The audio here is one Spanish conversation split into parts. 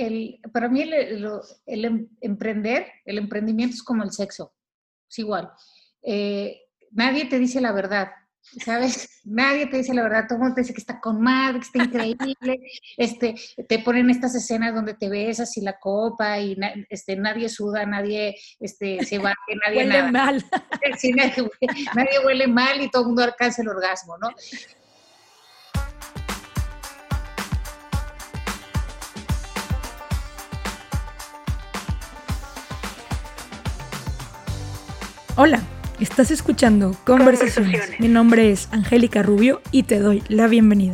para mí el emprendimiento es como el sexo, es igual. Nadie te dice la verdad, ¿sabes? Nadie te dice la verdad, todo el mundo te dice que está con madre, que está increíble, te ponen estas escenas donde te besas y la copa y nadie suda, nadie se va, nadie Huele nada. mal. Sí, nadie huele mal y todo el mundo alcanza el orgasmo, ¿no? Hola, estás escuchando Conversaciones. Mi nombre es Angélica Rubio y te doy la bienvenida.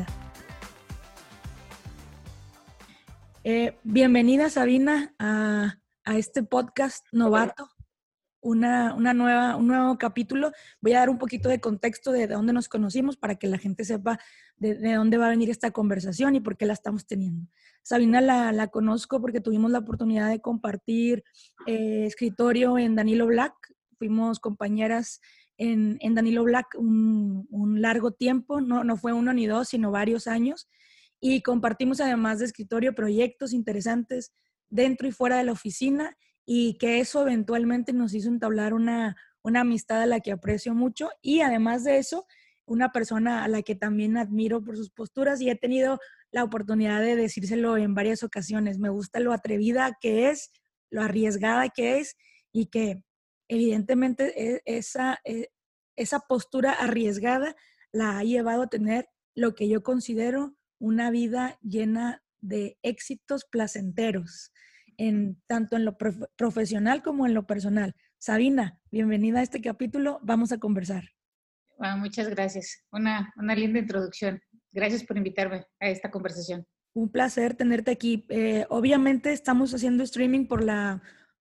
Bienvenida, Sabina, a este podcast novato, un nuevo capítulo. Voy a dar un poquito de contexto de dónde nos conocimos para que la gente sepa de dónde va a venir esta conversación y por qué la estamos teniendo. Sabina la conozco porque tuvimos la oportunidad de compartir escritorio en Danilo Black. Fuimos compañeras en Danilo Black un largo tiempo, no fue uno ni dos, sino varios años. Y compartimos, además de escritorio, proyectos interesantes dentro y fuera de la oficina, y que eso eventualmente nos hizo entablar una amistad a la que aprecio mucho, y además de eso, una persona a la que también admiro por sus posturas, y he tenido la oportunidad de decírselo en varias ocasiones. Me gusta lo atrevida que es, lo arriesgada que es, y que evidentemente esa postura arriesgada la ha llevado a tener lo que yo considero una vida llena de éxitos placenteros, tanto en lo profesional como en lo personal. Sabina, bienvenida a este capítulo, vamos a conversar. Muchas gracias, una linda introducción. Gracias por invitarme a esta conversación. Un placer tenerte aquí. Obviamente estamos haciendo streaming por la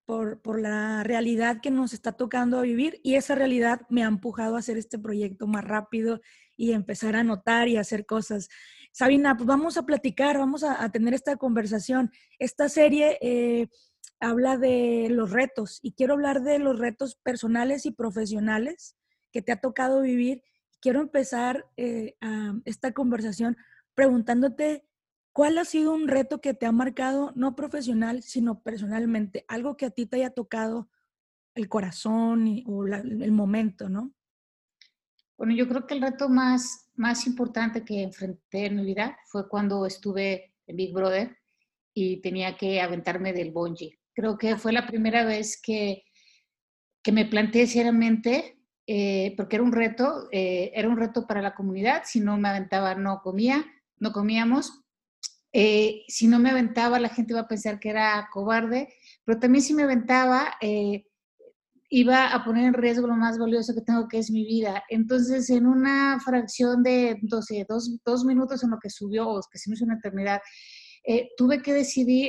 realidad que nos está tocando vivir, y esa realidad me ha empujado a hacer este proyecto más rápido y empezar a anotar y hacer cosas. Sabina, pues vamos a platicar, vamos a tener esta conversación. Esta serie habla de los retos, y quiero hablar de los retos personales y profesionales que te ha tocado vivir. Quiero empezar esta conversación preguntándote, ¿cuál ha sido un reto que te ha marcado, no profesional, sino personalmente? Algo que a ti te haya tocado el corazón el momento, ¿no? Bueno, yo creo que el reto más importante que enfrenté en mi vida fue cuando estuve en Big Brother y tenía que aventarme del bungee. Creo que fue la primera vez que me planteé seriamente, porque era un reto para la comunidad. Si no me aventaba, no comíamos. Si no me aventaba, la gente iba a pensar que era cobarde, pero también si me aventaba, iba a poner en riesgo lo más valioso que tengo, que es mi vida. Entonces, en una fracción de, no sé, dos minutos en lo que subió, o que se me hizo una eternidad, tuve que decidir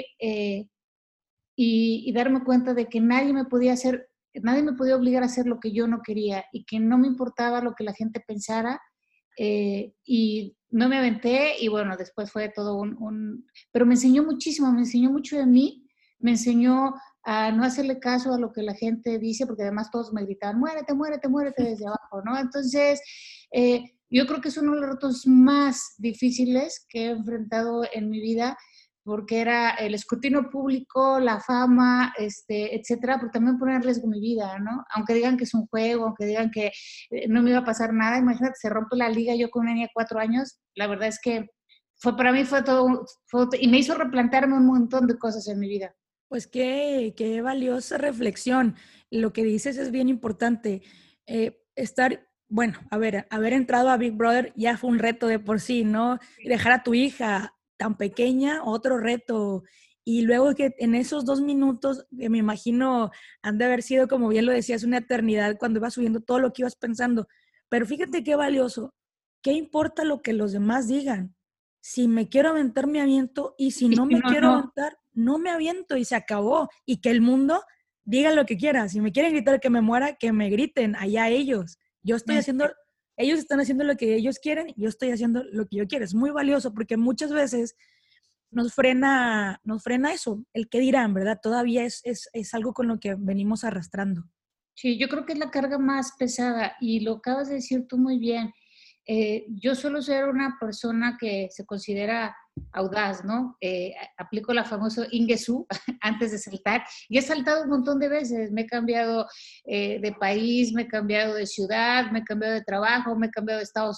y darme cuenta de que nadie me podía obligar a hacer lo que yo no quería, y que no me importaba lo que la gente pensara. Y no me aventé, y bueno, después fue todo pero me enseñó muchísimo, me enseñó mucho de mí, me enseñó a no hacerle caso a lo que la gente dice, porque además todos me gritaban, muérete, muérete, muérete desde abajo, ¿no? Entonces, yo creo que es uno de los retos más difíciles que he enfrentado en mi vida, porque era el escrutinio público, la fama, etcétera, pero también poner en riesgo mi vida, ¿no? Aunque digan que es un juego, aunque digan que no me iba a pasar nada. Imagínate, se rompe la liga yo con una niña de 4 años. La verdad es que para mí fue todo, y me hizo replantearme un montón de cosas en mi vida. Pues qué valiosa reflexión. Lo que dices es bien importante. Bueno, haber entrado a Big Brother ya fue un reto de por sí, ¿no? Y dejar a tu hija tan pequeña, otro reto. Y luego que en esos 2 minutos, que me imagino han de haber sido, como bien lo decías, una eternidad cuando ibas subiendo todo lo que ibas pensando. Pero fíjate qué valioso. ¿Qué importa lo que los demás digan? Si me quiero aventar, me aviento, y si no me quiero aventar, no me aviento, y se acabó. Y que el mundo diga lo que quiera. Si me quieren gritar que me muera, que me griten, allá ellos. Ellos están haciendo lo que ellos quieren, y yo estoy haciendo lo que yo quiero. Es muy valioso porque muchas veces nos frena eso, el qué dirán, ¿verdad? Todavía es algo con lo que venimos arrastrando. Sí, yo creo que es la carga más pesada, y lo acabas de decir tú muy bien. Yo suelo ser una persona que se considera audaz, ¿no? Aplico la famosa Ingesu antes de saltar y he saltado un montón de veces, me he cambiado de país, me he cambiado de ciudad, me he cambiado de trabajo, me he cambiado de estado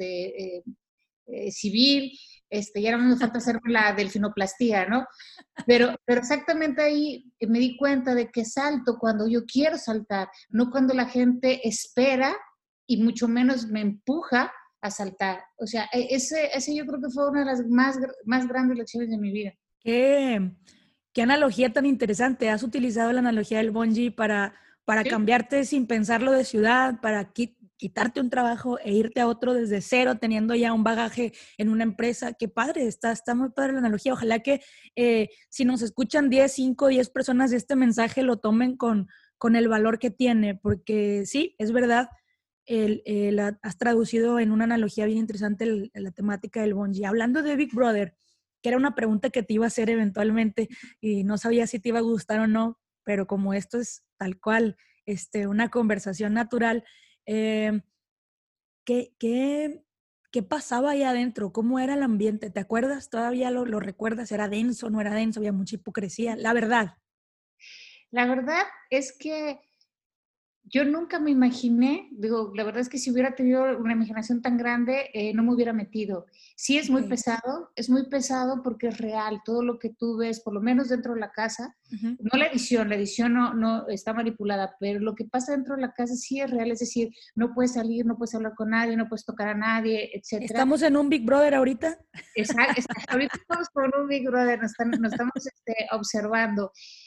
civil, y ahora me falta hacerme la delfinoplastía, ¿no? Pero exactamente ahí me di cuenta de que salto cuando yo quiero saltar, no cuando la gente espera y mucho menos me empuja a saltar. O sea, ese yo creo que fue una de las más grandes lecciones de mi vida. Qué, qué analogía tan interesante. Has utilizado la analogía del bungee para ¿Sí? cambiarte sin pensarlo de ciudad, para quitarte un trabajo e irte a otro desde cero, teniendo ya un bagaje en una empresa. Qué padre, está muy padre la analogía. Ojalá que si nos escuchan 10, 5, 10 personas de este mensaje lo tomen con el valor que tiene, porque sí, es verdad. Has traducido en una analogía bien interesante la temática del bungee. Hablando de Big Brother, que era una pregunta que te iba a hacer eventualmente y no sabía si te iba a gustar o no, pero como esto es tal cual, una conversación natural, eh, ¿qué, qué, qué pasaba ahí adentro? ¿Cómo era el ambiente? ¿Te acuerdas? ¿Todavía lo recuerdas? ¿Era denso? ¿No era denso? ¿Había mucha hipocresía? La verdad. La verdad es que yo nunca me imaginé, digo, la verdad es que si hubiera tenido una imaginación tan grande, no me hubiera metido. Sí Ok. es muy pesado porque es real, todo lo que tú ves, por lo menos dentro de la casa, Ujú. no la edición no está manipulada, pero lo que pasa dentro de la casa sí es real, es decir, no puedes salir, no puedes hablar con nadie, no puedes tocar a nadie, etcétera. ¿Estamos en un Big Brother ahorita? Ahorita estamos con un Big Brother, nos estamos observando.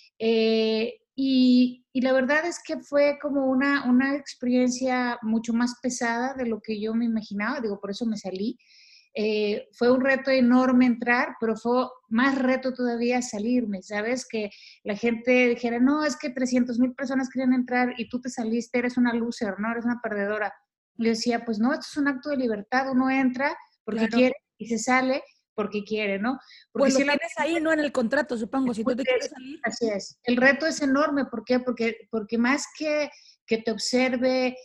Y la verdad es que fue como una experiencia mucho más pesada de lo que yo me imaginaba, digo, por eso me salí. Fue un reto enorme entrar, pero fue más reto todavía salirme, ¿sabes? Que la gente dijera, no, es que 300,000 personas querían entrar y tú te saliste, eres una loser, ¿no? Eres una perdedora. Le decía, pues no, esto es un acto de libertad, uno entra porque Claro. quiere y se sale porque quiere, ¿no? Porque Pues lo si la tienes ahí, ¿no? En el contrato, supongo. Si tú te quieres salir. así es. El reto es enorme. ¿Por qué? Porque más que te observe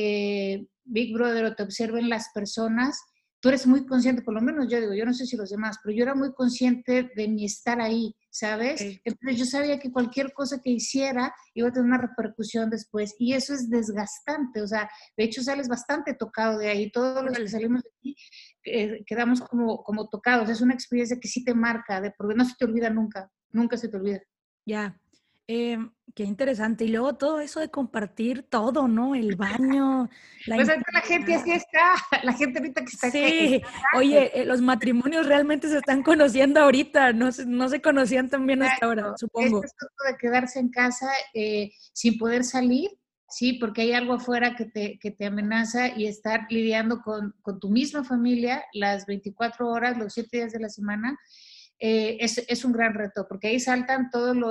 Big Brother o te observen las personas, tú eres muy consciente, por lo menos yo digo, yo no sé si los demás, pero yo era muy consciente de mi estar ahí, ¿sabes? Ok. Entonces yo sabía que cualquier cosa que hiciera iba a tener una repercusión después y eso es desgastante, o sea, de hecho sales bastante tocado de ahí, todos los que Órale. salimos de aquí quedamos como tocados, es una experiencia que sí te marca, porque no se te olvida nunca, nunca se te olvida. Ya. Qué interesante. Y luego todo eso de compartir todo, ¿no? El baño, la Pues ahorita la gente intimidad. así está, la gente ahorita que está, Sí, oye, los matrimonios realmente se están conociendo ahorita, no se conocían tan bien hasta ahora, exacto, este supongo. asunto de quedarse en casa sin poder salir, sí, porque hay algo afuera que te amenaza y estar lidiando con tu misma familia las 24 horas, los 7 días de la semana, es un gran reto, porque ahí saltan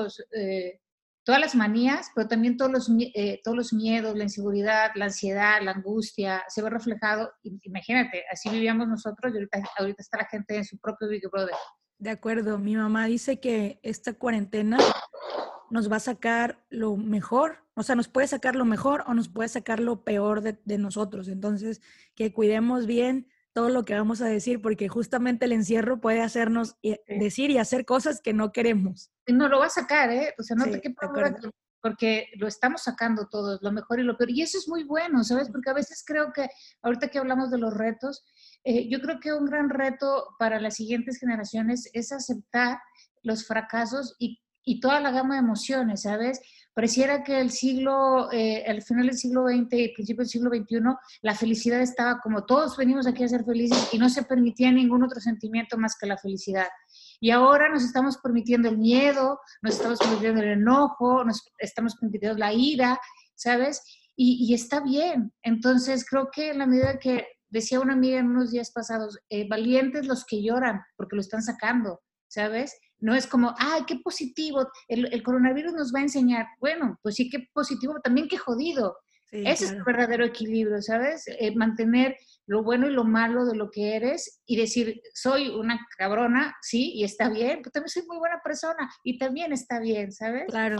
todas las manías, pero también todos los miedos, la inseguridad, la ansiedad, la angustia, se ve reflejado. Imagínate, así vivíamos nosotros y ahorita está la gente en su propio Big Brother. De acuerdo, mi mamá dice que esta cuarentena nos va a sacar lo mejor, o sea, nos puede sacar lo mejor o nos puede sacar lo peor de nosotros. Entonces, que cuidemos bien todo lo que vamos a decir, porque justamente el encierro puede hacernos decir y hacer cosas que no queremos. No lo va a sacar, ¿eh? O sea, no te Sí, quepa de duda acuerdo. porque lo estamos sacando todos, lo mejor y lo peor. Y eso es muy bueno, ¿sabes? Porque a veces creo que, ahorita que hablamos de los retos, yo creo que un gran reto para las siguientes generaciones es aceptar los fracasos y toda la gama de emociones, ¿sabes? Pareciera que al final del siglo XX y principio del siglo XXI, la felicidad estaba como todos venimos aquí a ser felices y no se permitía ningún otro sentimiento más que la felicidad. Y ahora nos estamos permitiendo el miedo, nos estamos permitiendo el enojo, nos estamos permitiendo la ira, ¿sabes? Y está bien. Entonces, creo que en la medida que decía una amiga en unos días pasados, valientes los que lloran porque lo están sacando, ¿sabes? No es como, ay, qué positivo, el coronavirus nos va a enseñar. Bueno, pues sí, qué positivo, también qué jodido. Sí, Ese es el claro. verdadero equilibrio, ¿sabes? Mantener lo bueno y lo malo de lo que eres y decir, soy una cabrona, sí, y está bien, pero también soy muy buena persona y también está bien, ¿sabes? Claro.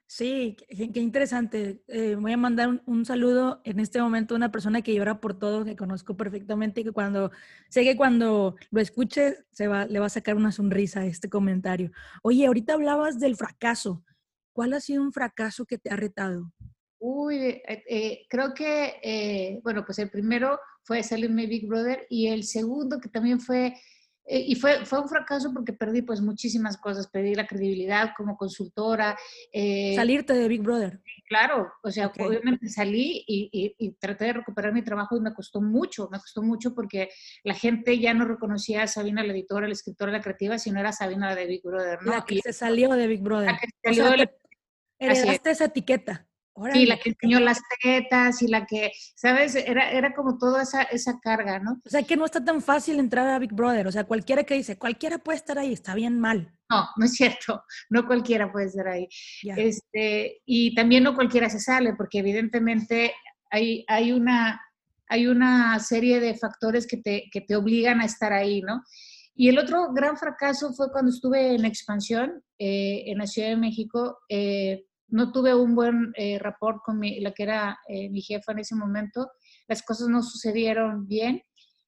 Sí, qué interesante. Voy a mandar un saludo en este momento a una persona que llora por todo, que conozco perfectamente y que sé que cuando lo escuche le va a sacar una sonrisa a este comentario. Oye, ahorita hablabas del fracaso. ¿Cuál ha sido un fracaso que te ha retado? Uy, creo que, bueno, pues el primero fue salirme Big Brother y el segundo que también fue, fue un fracaso porque perdí pues muchísimas cosas, perdí la credibilidad como consultora, eh, Salirte de Big Brother. claro, o sea, Ok. obviamente salí y traté de recuperar mi trabajo y me costó mucho porque la gente ya no reconocía a Sabina la editora, la escritora, la creativa, sino era Sabina la de Big Brother, ¿no? La que Y se salió de Big la Brother. que O salió sea, de la... te Así es. heredaste esa etiqueta. Sí, la Órale, que qué enseñó cañón. las tetas y la que, ¿sabes? Era como toda esa carga, ¿no? O sea, que no está tan fácil entrar a Big Brother. O sea, cualquiera que dice, cualquiera puede estar ahí, está bien mal. No, no es cierto, no cualquiera puede estar ahí. Ya. Y también no cualquiera se sale, porque evidentemente hay, hay una, hay una serie de factores que te obligan a estar ahí, ¿no? Y el otro gran fracaso fue cuando estuve en expansión en la Ciudad de México. No tuve un buen rapport con la que era mi jefa en ese momento. Las cosas no sucedieron bien.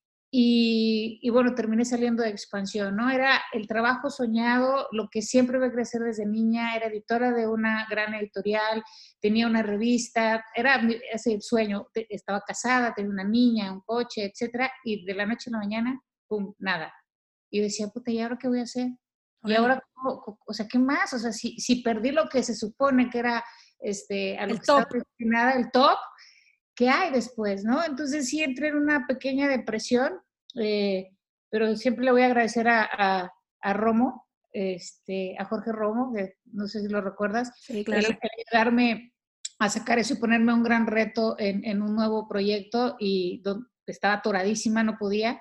Y bueno, terminé saliendo de expansión, ¿no? Era el trabajo soñado, lo que siempre voy a crecer desde niña, era editora de una gran editorial, tenía una revista, era ese sueño, estaba casada, tenía una niña, un coche, etcétera, y de la noche a la mañana, pum, nada. Y yo decía, puta, ¿y ahora qué voy a hacer? Y Órale. ahora, o sea, ¿qué más? O sea, si perdí lo que se supone que era a lo El que estaba top. destinada, el top, ¿qué hay después, no? Entonces sí entré en una pequeña depresión, eh, pero siempre le voy a agradecer a Romo, a Jorge Romo, que no sé si lo recuerdas, Sí, claro. el ayudarme a sacar eso y ponerme un gran reto en un nuevo proyecto y donde estaba atoradísima, no podía,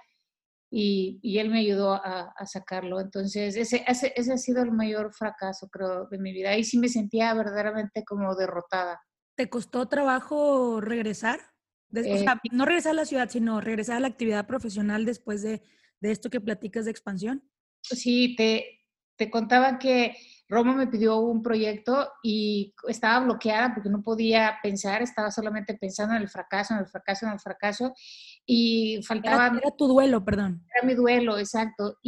y él me ayudó a sacarlo. Entonces, ese ha sido el mayor fracaso, creo, de mi vida. Ahí sí me sentía verdaderamente como derrotada. ¿Te costó trabajo regresar? O sea, no regresar a la ciudad, sino regresar a la actividad profesional después de esto que platicas de expansión. Sí, te contaba que Roma me pidió un proyecto y estaba bloqueada porque no podía pensar, estaba solamente pensando en el fracaso, en el fracaso, en el fracaso y faltaba, Era tu duelo, perdón. era mi duelo, exacto.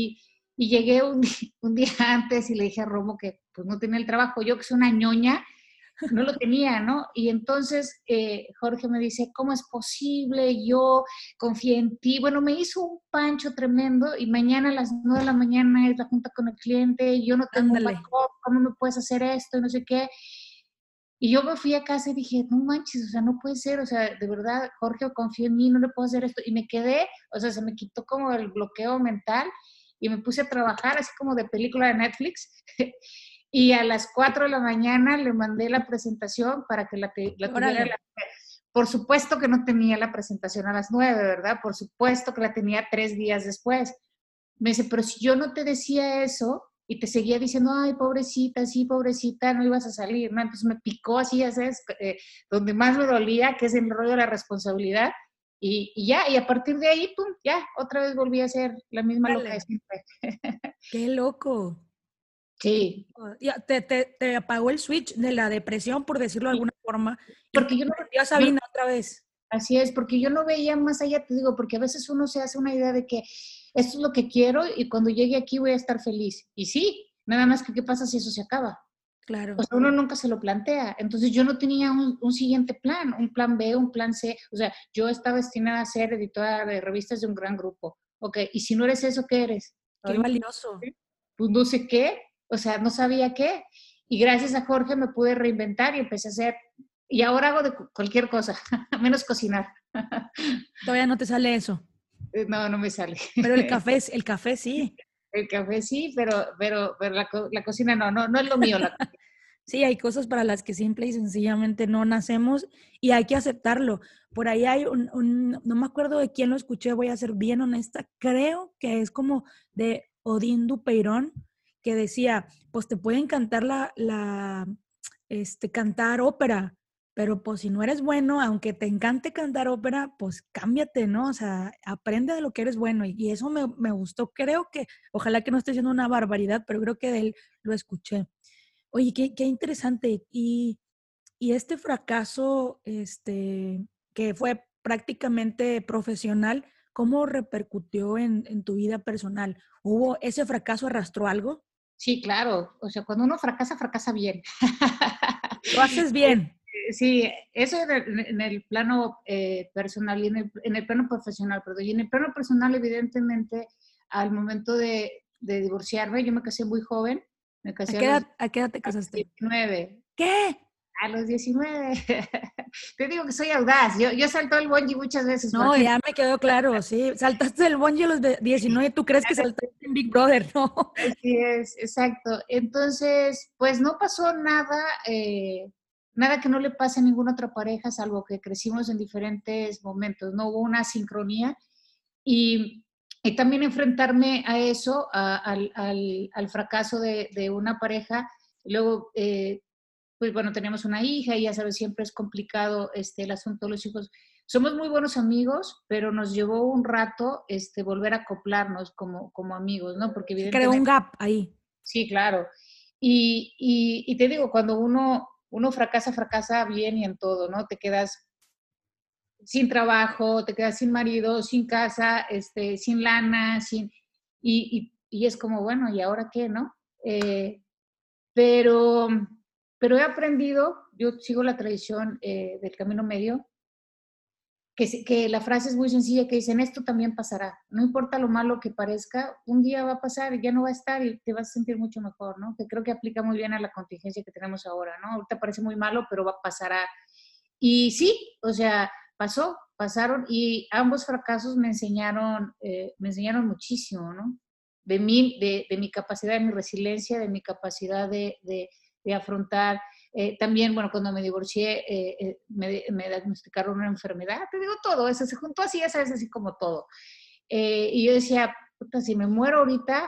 Y llegué un día antes y le dije a Romo que pues no tenía el trabajo, yo que soy una ñoña, no lo tenía, ¿no? Y entonces Jorge me dice, ¿cómo es posible? Yo confié en ti. Bueno, me hizo un pancho tremendo y mañana a las 9 de la mañana es la junta con el cliente, yo no tengo un Ándale. backup, ¿cómo me puedes hacer esto? Y no sé qué. Y yo me fui a casa y dije, no manches, o sea, no puede ser, o sea, de verdad, Jorge confía en mí, no le puedo hacer esto. Y me quedé, o sea, se me quitó como el bloqueo mental y me puse a trabajar así como de película de Netflix. Y a las 4 de la mañana le mandé la presentación para que la tuviera. Órale. Por supuesto que no tenía la presentación a las 9, ¿verdad? Por supuesto que la tenía 3 días después. Me dice, pero si yo no te decía eso y te seguía diciendo, ay, pobrecita, sí, pobrecita, no ibas a salir, ¿no? Entonces me picó así, ya sabes, donde más me dolía, que es el rollo de la responsabilidad. Y ya, y a partir de ahí, pum, ya, otra vez volví a ser la misma loca de Órale. siempre. Qué loco. Sí, Ya, te apagó el switch de la depresión, por decirlo de alguna forma, y te porque convirtió a yo Sabina otra vez. así es, porque yo no veía más allá, te digo, porque a veces uno se hace una idea de que esto es lo que quiero y cuando llegue aquí voy a estar feliz. Y sí, nada más que qué pasa si eso se acaba. O Claro. sea, uno nunca se lo plantea. Entonces yo no tenía un siguiente plan, un plan B, un plan C. O sea, yo estaba destinada a ser editora de revistas de un gran grupo. Ok, y si no eres eso, ¿qué eres? Qué Ay, pues, valioso. pues no sé qué. O sea, no sabía qué. Y gracias a Jorge me pude reinventar y empecé a hacer, y ahora hago de cualquier cosa, menos cocinar. Todavía no te sale eso. No, no me sale. Pero el café sí. El café sí, pero la cocina no, no, no es lo mío. Sí, hay cosas para las que simple y sencillamente no nacemos y hay que aceptarlo. Por ahí hay no me acuerdo de quién lo escuché, voy a ser bien honesta, creo que es como de Odín Dupeirón, que decía, pues te puede encantar cantar ópera, pero pues si no eres bueno, aunque te encante cantar ópera, pues cámbiate, ¿no? O sea, aprende de lo que eres bueno y eso me gustó. Creo que, ojalá que no esté diciendo una barbaridad, pero creo que de él lo escuché. Oye, qué interesante. Y este fracaso, que fue prácticamente profesional, ¿cómo repercutió en tu vida personal? ¿Ese fracaso arrastró algo? Sí, claro. O sea, cuando uno fracasa, fracasa bien. Lo haces bien. Sí, eso en el plano personal y en el plano profesional, perdón. Y en el plano personal, evidentemente, al momento de divorciarme, yo me casé muy joven, me casé A qué edad te a los casaste? 19. ¿Qué? A los 19. Te digo que soy audaz. Yo salto el bungee muchas veces, por No, ejemplo. ya me quedó claro, sí. Saltaste el bungee a los 19, ¿tú crees que saltaste en Big Brother? No. Así es, exacto. Entonces, pues no pasó nada, nada que no le pase a ninguna otra pareja, salvo que crecimos en diferentes momentos, no hubo una sincronía. Y, y también enfrentarme a eso, al fracaso de una pareja. Luego, pues bueno, teníamos una hija y ya sabes, siempre es complicado el asunto de los hijos. Somos muy buenos amigos, pero nos llevó un rato volver a acoplarnos como amigos, ¿no? Porque Se creó un evidentemente, gap ahí. sí, claro. Y te digo, cuando uno fracasa, fracasa bien y en todo, ¿no? Te quedas sin trabajo, te quedas sin marido, sin casa, sin lana, y es como, bueno, ¿y ahora qué, no? Pero, pero he aprendido, yo sigo la tradición del camino medio, que la frase es muy sencilla, que dicen, esto también pasará. No importa lo malo que parezca, un día va a pasar y ya no va a estar y te vas a sentir mucho mejor, ¿no? Que creo que aplica muy bien a la contingencia que tenemos ahora, ¿no? Ahorita parece muy malo, pero pasará. Y sí, o sea, pasaron y ambos fracasos me enseñaron muchísimo, ¿no? De mí, de mi capacidad, de mi resiliencia, de mi capacidad de afrontar. También, bueno, cuando me divorcié, me diagnosticaron una enfermedad, te digo todo, eso se juntó así, ya sabes, así como todo. Y yo decía, puta, si me muero ahorita,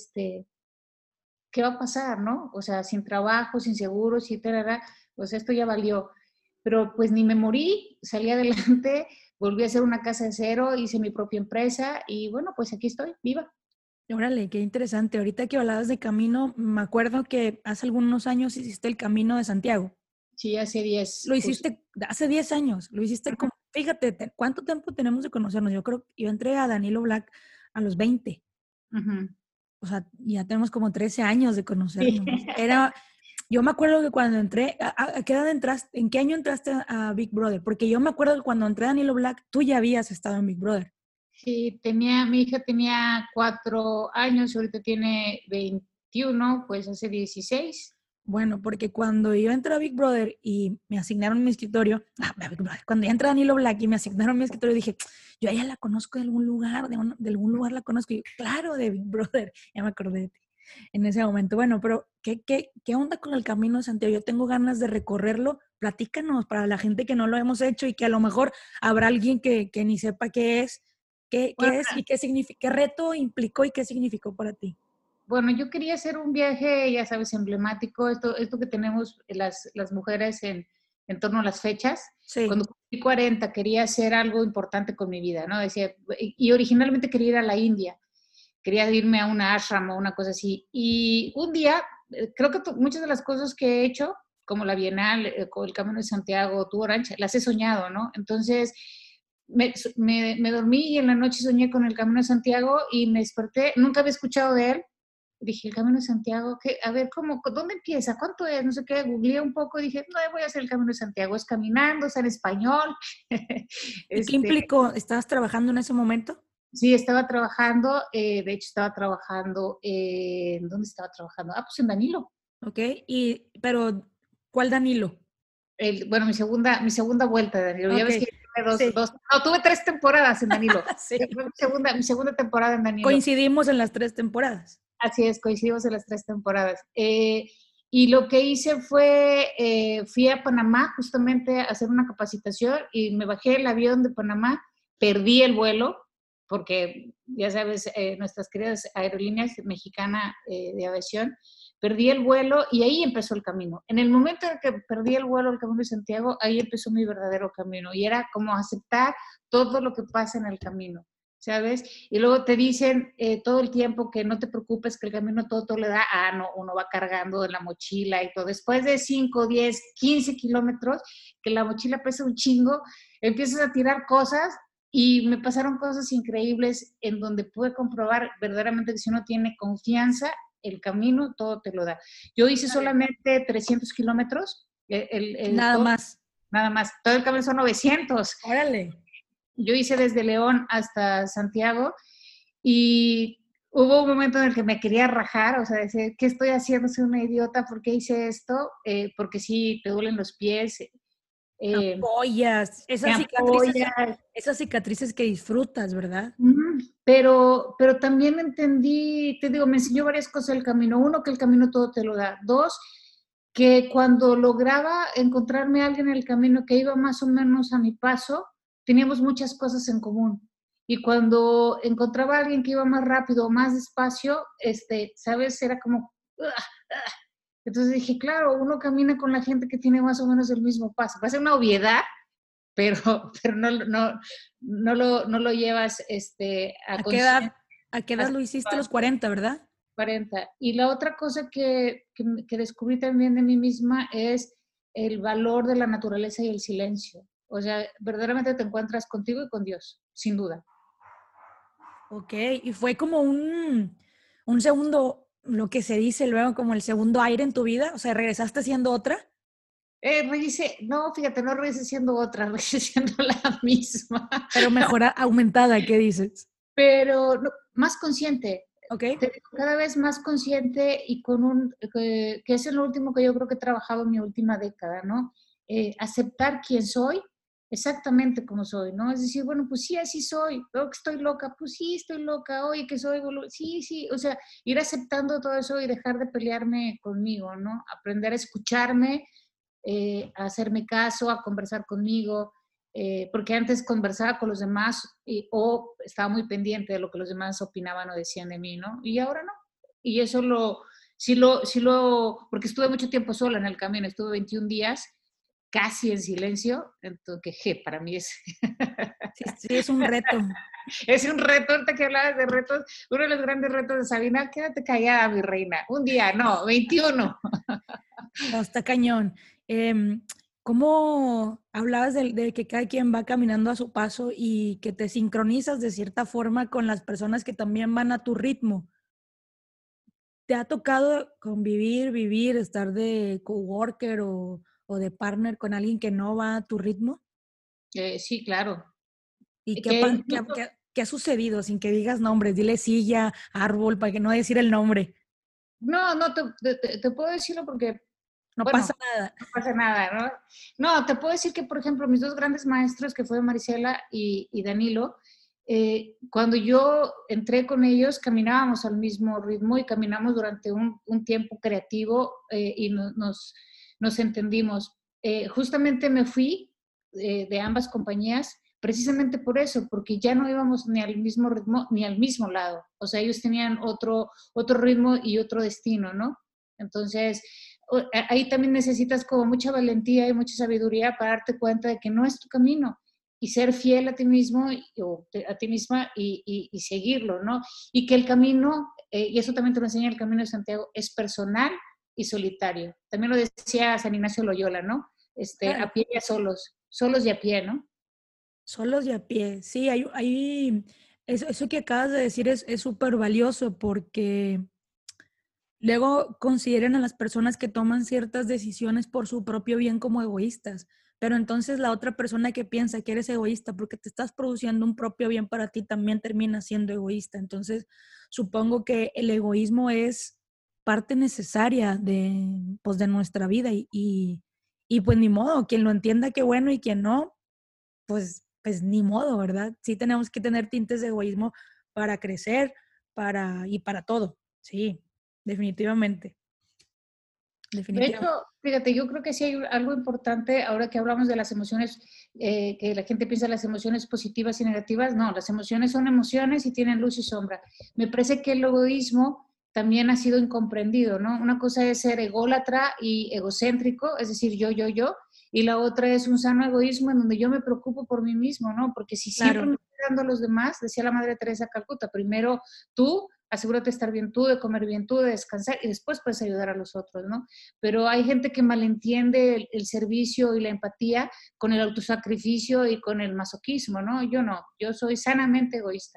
¿qué va a pasar, no? O sea, sin trabajo, sin seguro, sin tarara, pues esto ya valió. Pero pues ni me morí, salí adelante, volví a hacer una casa de cero, hice mi propia empresa y bueno, pues aquí estoy, viva. Órale, qué interesante. Ahorita que hablabas de camino, me acuerdo que hace algunos años hiciste el Camino de Santiago. Sí, hace Lo 10, justo. hiciste hace 10 años. Lo hiciste como, fíjate, ¿cuánto tiempo tenemos de conocernos? Yo creo que yo entré a Danilo Black a los 20. Ujú. O sea, ya tenemos como 13 años de Sí. conocernos. Yo me acuerdo que cuando entré, ¿a qué edad entraste? ¿En qué año entraste a Big Brother? Porque yo me acuerdo que cuando entré a Danilo Black, tú ya habías estado en Big Brother. Sí, mi hija tenía 4 años, ahorita tiene 21, pues hace 16. Bueno, porque cuando yo entré a Big Brother y me asignaron mi escritorio, Big Brother, cuando ya entré a Danilo Black y me asignaron mi escritorio, dije, yo a ella la conozco de algún lugar, de algún lugar la conozco. Y yo, claro, de Big Brother, ya me acordé de ti en ese momento. Bueno, pero ¿qué onda con el Camino de Santiago? Yo tengo ganas de recorrerlo. Platícanos para la gente que no lo hemos hecho y que a lo mejor habrá alguien que ni sepa qué es, Bueno, qué es y qué significa, qué reto implicó y qué significó para ti. bueno, yo quería hacer un viaje, ya sabes, emblemático, esto que tenemos las mujeres en torno a las fechas. Sí. Cuando cumplí 40 quería hacer algo importante con mi vida, ¿no? Decía, y originalmente quería ir a la India, quería irme a una ashram o una cosa así. Y un día, creo que muchas de las cosas que he hecho, como la Bienal, con el Camino de Santiago, Tu Orange, las he soñado, ¿no? Entonces, me dormí y en la noche soñé con el Camino de Santiago y me desperté, nunca había escuchado de él. Dije, el Camino de Santiago, ¿qué? A ver, ¿dónde empieza? ¿Cuánto es? No sé qué, googleé un poco y dije, no, voy a hacer el Camino de Santiago, es caminando, es en español. ¿Y qué este, implicó? ¿Estabas trabajando en ese momento? Sí, estaba trabajando, de hecho estaba trabajando, ¿en dónde estaba trabajando? Ah, pues en Danilo. Ok, pero ¿cuál Danilo? Bueno, mi segunda vuelta de Danilo. Ya Ok, ves que tuve sí, no, tuve 3 temporadas en Danilo. sí. Fue mi segunda temporada en Danilo. Coincidimos en las 3 temporadas. Así es, coincidimos en las 3 temporadas. Y lo que hice fue, fui a Panamá justamente a hacer una capacitación y me bajé el avión de Panamá, perdí el vuelo, porque ya sabes, nuestras queridas aerolíneas mexicana de aviación, perdí el vuelo y ahí empezó el camino. En el momento en que perdí el vuelo al Camino de Santiago, ahí empezó mi verdadero camino y era como aceptar todo lo que pasa en el camino. ¿sabes? Y luego te dicen todo el tiempo que no te preocupes, que el camino todo le da, no, uno va cargando en la mochila y todo. Después de 5, 10, 15 kilómetros, que la mochila pesa un chingo, empiezas a tirar cosas y me pasaron cosas increíbles en donde pude comprobar verdaderamente que si uno tiene confianza, el camino todo te lo da. Yo hice solamente 300 kilómetros, Nada todo, más. nada más. Todo el camino son 900. Órale. Yo hice desde León hasta Santiago y hubo un momento en el que me quería rajar, o sea, decir, ¿qué estoy haciendo? Soy una idiota, ¿por qué hice esto? Porque sí, te duelen los pies, Apoyas. me apoyas. Esas cicatrices que disfrutas, ¿verdad? Pero también entendí, te digo, me enseñó varias cosas el camino. Uno, que el camino todo te lo da. Dos, que cuando lograba encontrarme a alguien en el camino que iba más o menos a mi paso, teníamos muchas cosas en común. Y cuando encontraba a alguien que iba más rápido o más despacio, ¿sabes? Era como... Entonces dije, claro, uno camina con la gente que tiene más o menos el mismo paso. Va a ser una obviedad, pero, pero no lo llevas a conciencia. ¿A qué edad lo hiciste? A los 40, ¿verdad? 40. Y la otra cosa que descubrí también de mí misma es el valor de la naturaleza y el silencio. O sea, verdaderamente te encuentras contigo y con Dios, sin duda. Ok, y fue como un segundo, lo que se dice luego como el segundo aire en tu vida, o sea, regresaste siendo otra. No, fíjate, no regrese siendo otra, regrese siendo la misma. Pero mejor aumentada, ¿qué dices? Pero no, más consciente, Ok. cada vez más consciente y que es lo último que yo creo que he trabajado en mi última década, ¿no? Aceptar quién soy, exactamente como soy, ¿no? Es decir, bueno, pues sí, así soy, veo que estoy loca, pues sí, estoy loca, oye, que soy, sí, sí, o sea, ir aceptando todo eso y dejar de pelearme conmigo, ¿no? Aprender a escucharme, a hacerme caso, a conversar conmigo, porque antes conversaba con los demás o estaba muy pendiente de lo que los demás opinaban o decían de mí, ¿no? Y ahora no. Y eso porque estuve mucho tiempo sola en el camino, estuve 21 días casi en silencio, entonces que para mí es... Sí, sí, es un reto. Es un reto, ahorita que hablabas de retos, uno de los grandes retos de Sabina, quédate callada, mi reina. Un día, no, 21. No, está cañón. ¿Cómo hablabas de que cada quien va caminando a su paso y que te sincronizas de cierta forma con las personas que también van a tu ritmo? ¿Te ha tocado convivir, vivir, estar de coworker o de partner con alguien que no va a tu ritmo? Sí, claro. ¿Y Que incluso, qué ha sucedido? Sin que digas nombres, dile silla, árbol, para que no decir el nombre. no, te puedo decirlo porque, No bueno, pasa nada. no pasa nada, ¿no? No, te puedo decir que, por ejemplo, mis dos grandes maestros, que fue Marisela y Danilo, cuando yo entré con ellos, caminábamos al mismo ritmo y caminamos durante un tiempo creativo y nos entendimos. Justamente me fui de ambas compañías precisamente por eso, porque ya no íbamos ni al mismo ritmo ni al mismo lado. O sea, ellos tenían otro ritmo y otro destino, ¿no? Entonces, ahí también necesitas como mucha valentía y mucha sabiduría para darte cuenta de que no es tu camino y ser fiel a ti mismo o a ti misma y seguirlo, ¿no? Y que el camino, y eso también te lo enseña el Camino de Santiago, es personal y solitario. También lo decía San Ignacio Loyola, ¿no? Claro. A pie y a solos y a pie, ¿no? Solos y a pie. Sí, eso que acabas de decir es súper valioso porque luego consideran a las personas que toman ciertas decisiones por su propio bien como egoístas, pero entonces la otra persona que piensa que eres egoísta porque te estás produciendo un propio bien para ti también termina siendo egoísta. Entonces, supongo que el egoísmo es parte necesaria pues, de nuestra vida y pues ni modo, quien lo entienda qué bueno y quien no, pues ni modo, ¿verdad? Sí tenemos que tener tintes de egoísmo para crecer, y para todo. Sí, definitivamente. De Definitivamente. hecho, fíjate, yo creo que sí hay algo importante ahora que hablamos de las emociones, que la gente piensa las emociones positivas y negativas. No, las emociones son emociones y tienen luz y sombra. Me parece que el egoísmo también ha sido incomprendido, ¿no? Una cosa es ser ególatra y egocéntrico, es decir, yo, y la otra es un sano egoísmo en donde yo me preocupo por mí mismo, ¿no? Porque si siempre Claro. me ayudando a los demás, decía la Madre Teresa de Calcuta, primero tú, asegúrate de estar bien tú, de comer bien tú, de descansar y después puedes ayudar a los otros, ¿no? Pero hay gente que malentiende el servicio y la empatía con el autosacrificio y con el masoquismo, ¿no? Yo no, yo soy sanamente egoísta.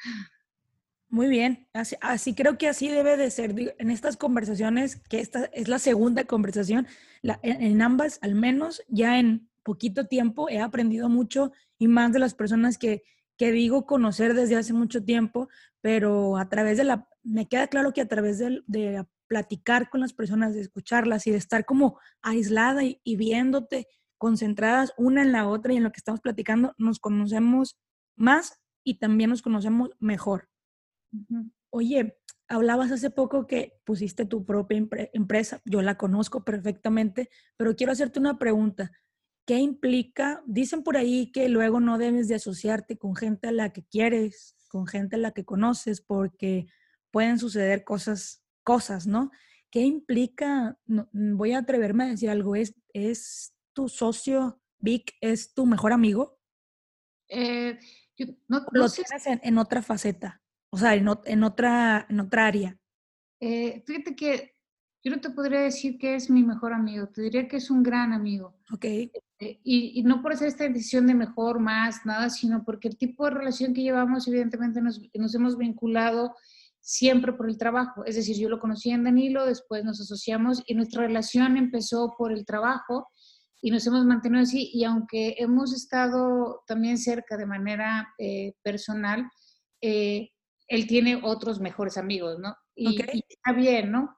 Muy bien, así creo que así debe de ser. En estas conversaciones, que esta es la segunda conversación, en ambas, al menos ya en poquito tiempo, he aprendido mucho y más de las personas que digo conocer desde hace mucho tiempo, pero a través me queda claro que a través de platicar con las personas, de escucharlas y de estar como aislada y viéndote, concentradas una en la otra y en lo que estamos platicando, nos conocemos más y también nos conocemos mejor. Ujú. Oye, hablabas hace poco que pusiste tu propia empresa, yo la conozco perfectamente, pero quiero hacerte una pregunta. ¿Qué implica? Dicen por ahí que luego no debes de asociarte con gente a la que quieres, con gente a la que conoces, porque pueden suceder cosas, ¿no? ¿Qué implica? Voy a atreverme a decir algo. ¿Es tu socio Vic, es tu mejor amigo? Eh, yo no, ¿O no lo sé. tienes en otra faceta? O sea, en otra área. Fíjate que yo no te podría decir que es mi mejor amigo, te diría que es un gran amigo. Ok, Y no por hacer esta decisión de mejor, más, nada, sino porque el tipo de relación que llevamos, evidentemente nos hemos vinculado siempre por el trabajo. Es decir, yo lo conocí en Danilo, después nos asociamos y nuestra relación empezó por el trabajo y nos hemos mantenido así. Y aunque hemos estado también cerca de manera personal, eh, él tiene otros mejores amigos, ¿no? ok. Y está bien, ¿no?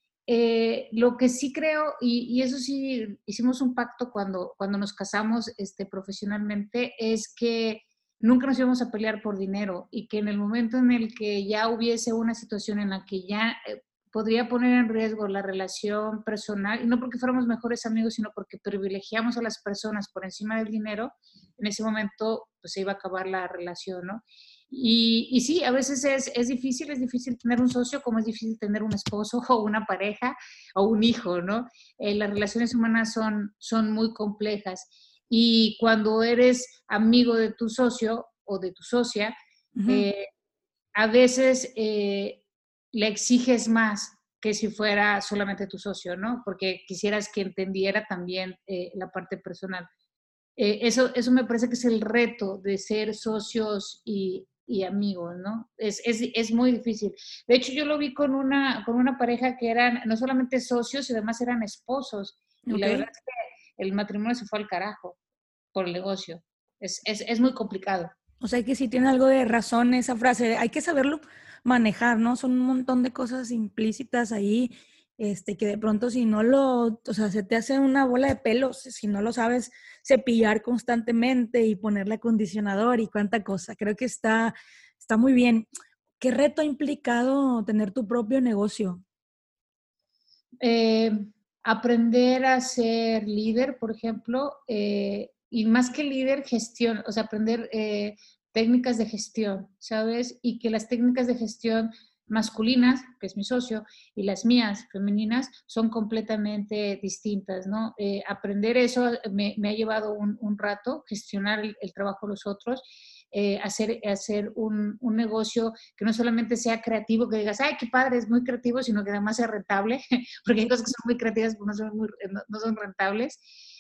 Lo que sí creo, y eso sí hicimos un pacto cuando nos casamos profesionalmente, es que nunca nos íbamos a pelear por dinero y que en el momento en el que ya hubiese una situación en la que ya podría poner en riesgo la relación personal, y no porque fuéramos mejores amigos, sino porque privilegiamos a las personas por encima del dinero, en ese momento pues se iba a acabar la relación, ¿no? Y sí, a veces es difícil tener un socio como es difícil tener un esposo o una pareja o un hijo, ¿no? Las relaciones humanas son muy complejas y cuando eres amigo de tu socio o de tu socia, Ujú. eh, a veces le exiges más que si fuera solamente tu socio, ¿no? Porque quisieras que entendiera también la parte personal. Eso me parece que es el reto de ser socios y amigos, ¿no? Es muy difícil. De hecho, yo lo vi con una pareja que eran no solamente socios, y además eran esposos. Y Ok. la verdad es que el matrimonio se fue al carajo por el negocio. Es muy complicado. O sea que sí tiene algo de razón esa frase. Hay que saberlo manejar, ¿no? Son un montón de cosas implícitas ahí, que de pronto si no o sea, se te hace una bola de pelos si no lo sabes cepillar constantemente y ponerle acondicionador y cuánta cosa. Creo que está muy bien. ¿Qué reto ha implicado tener tu propio negocio? Eh, Aprender a ser líder, por ejemplo, y más que líder, gestión, o sea, aprender técnicas de gestión, ¿sabes? Y que las técnicas de gestión masculinas, que es mi socio, y las mías, femeninas, son completamente distintas, ¿no? Aprender eso me ha llevado un rato, gestionar el trabajo de los otros, hacer un negocio que no solamente sea creativo, que digas, ay, qué padre, es muy creativo, sino que además sea rentable, porque hay cosas que son muy creativas, pero no son rentables.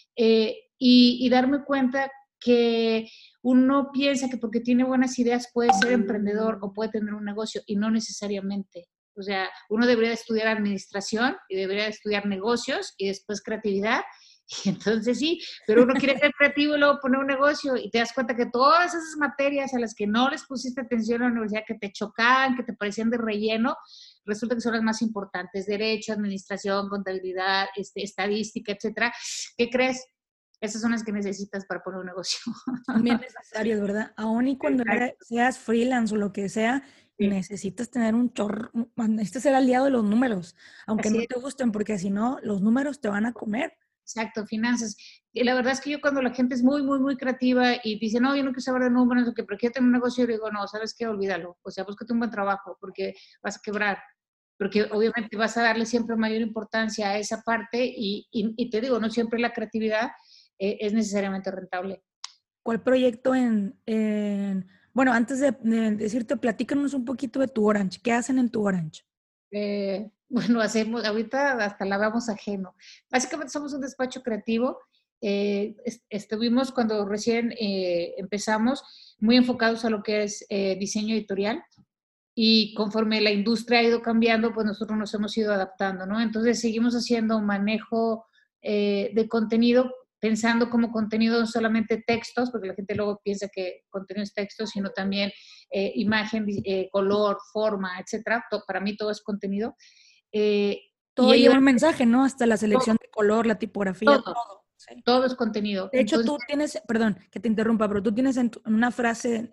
Y darme cuenta que uno piensa que porque tiene buenas ideas puede ser emprendedor o puede tener un negocio y no necesariamente. O sea, uno debería estudiar administración y debería estudiar negocios y después creatividad. Y entonces sí, pero uno quiere ser creativo y luego poner un negocio y te das cuenta que todas esas materias a las que no les pusiste atención en la universidad, que te chocaban, que te parecían de relleno, resulta que son las más importantes: derecho, administración, contabilidad, estadística, etcétera. ¿Qué crees? Esas son las que necesitas para poner un negocio. Son bien necesarios, ¿verdad? Aún y cuando Exacto. seas freelance o lo que sea, Sí, necesitas tener un chorro, necesitas ser aliado de los números, aunque así no es. te gusten, porque si no, los números te van a comer. Exacto, finanzas. Y la verdad es que yo cuando la gente es muy, muy, muy creativa y dice, no, yo no quiero saber de números, o que, pero quiero tener un negocio, yo digo, no, ¿sabes qué? Olvídalo. O sea, búscate un buen trabajo porque vas a quebrar. Porque obviamente vas a darle siempre mayor importancia a esa parte y te digo, no siempre la creatividad es necesariamente rentable. ¿Cuál proyecto en Bueno, antes de decirte, platícanos un poquito de tu Orange. ¿Qué hacen en tu Orange? Bueno, hacemos, ahorita hasta lavamos ajeno. Básicamente somos un despacho creativo. Estuvimos cuando recién empezamos muy enfocados a lo que es diseño editorial y conforme la industria ha ido cambiando, pues nosotros nos hemos ido adaptando, ¿no? Entonces seguimos haciendo manejo de contenido, pensando como contenido no solamente textos, porque la gente luego piensa que contenido es texto, sino también imagen, color, forma, etcétera. Para mí todo es contenido. Y Todo lleva ayudar un mensaje, ¿no? Hasta la todo, selección de color, la tipografía, todo, todo. Sí. todo es contenido. De hecho, Entonces, tú tienes, perdón, que te interrumpa, pero tú tienes en una frase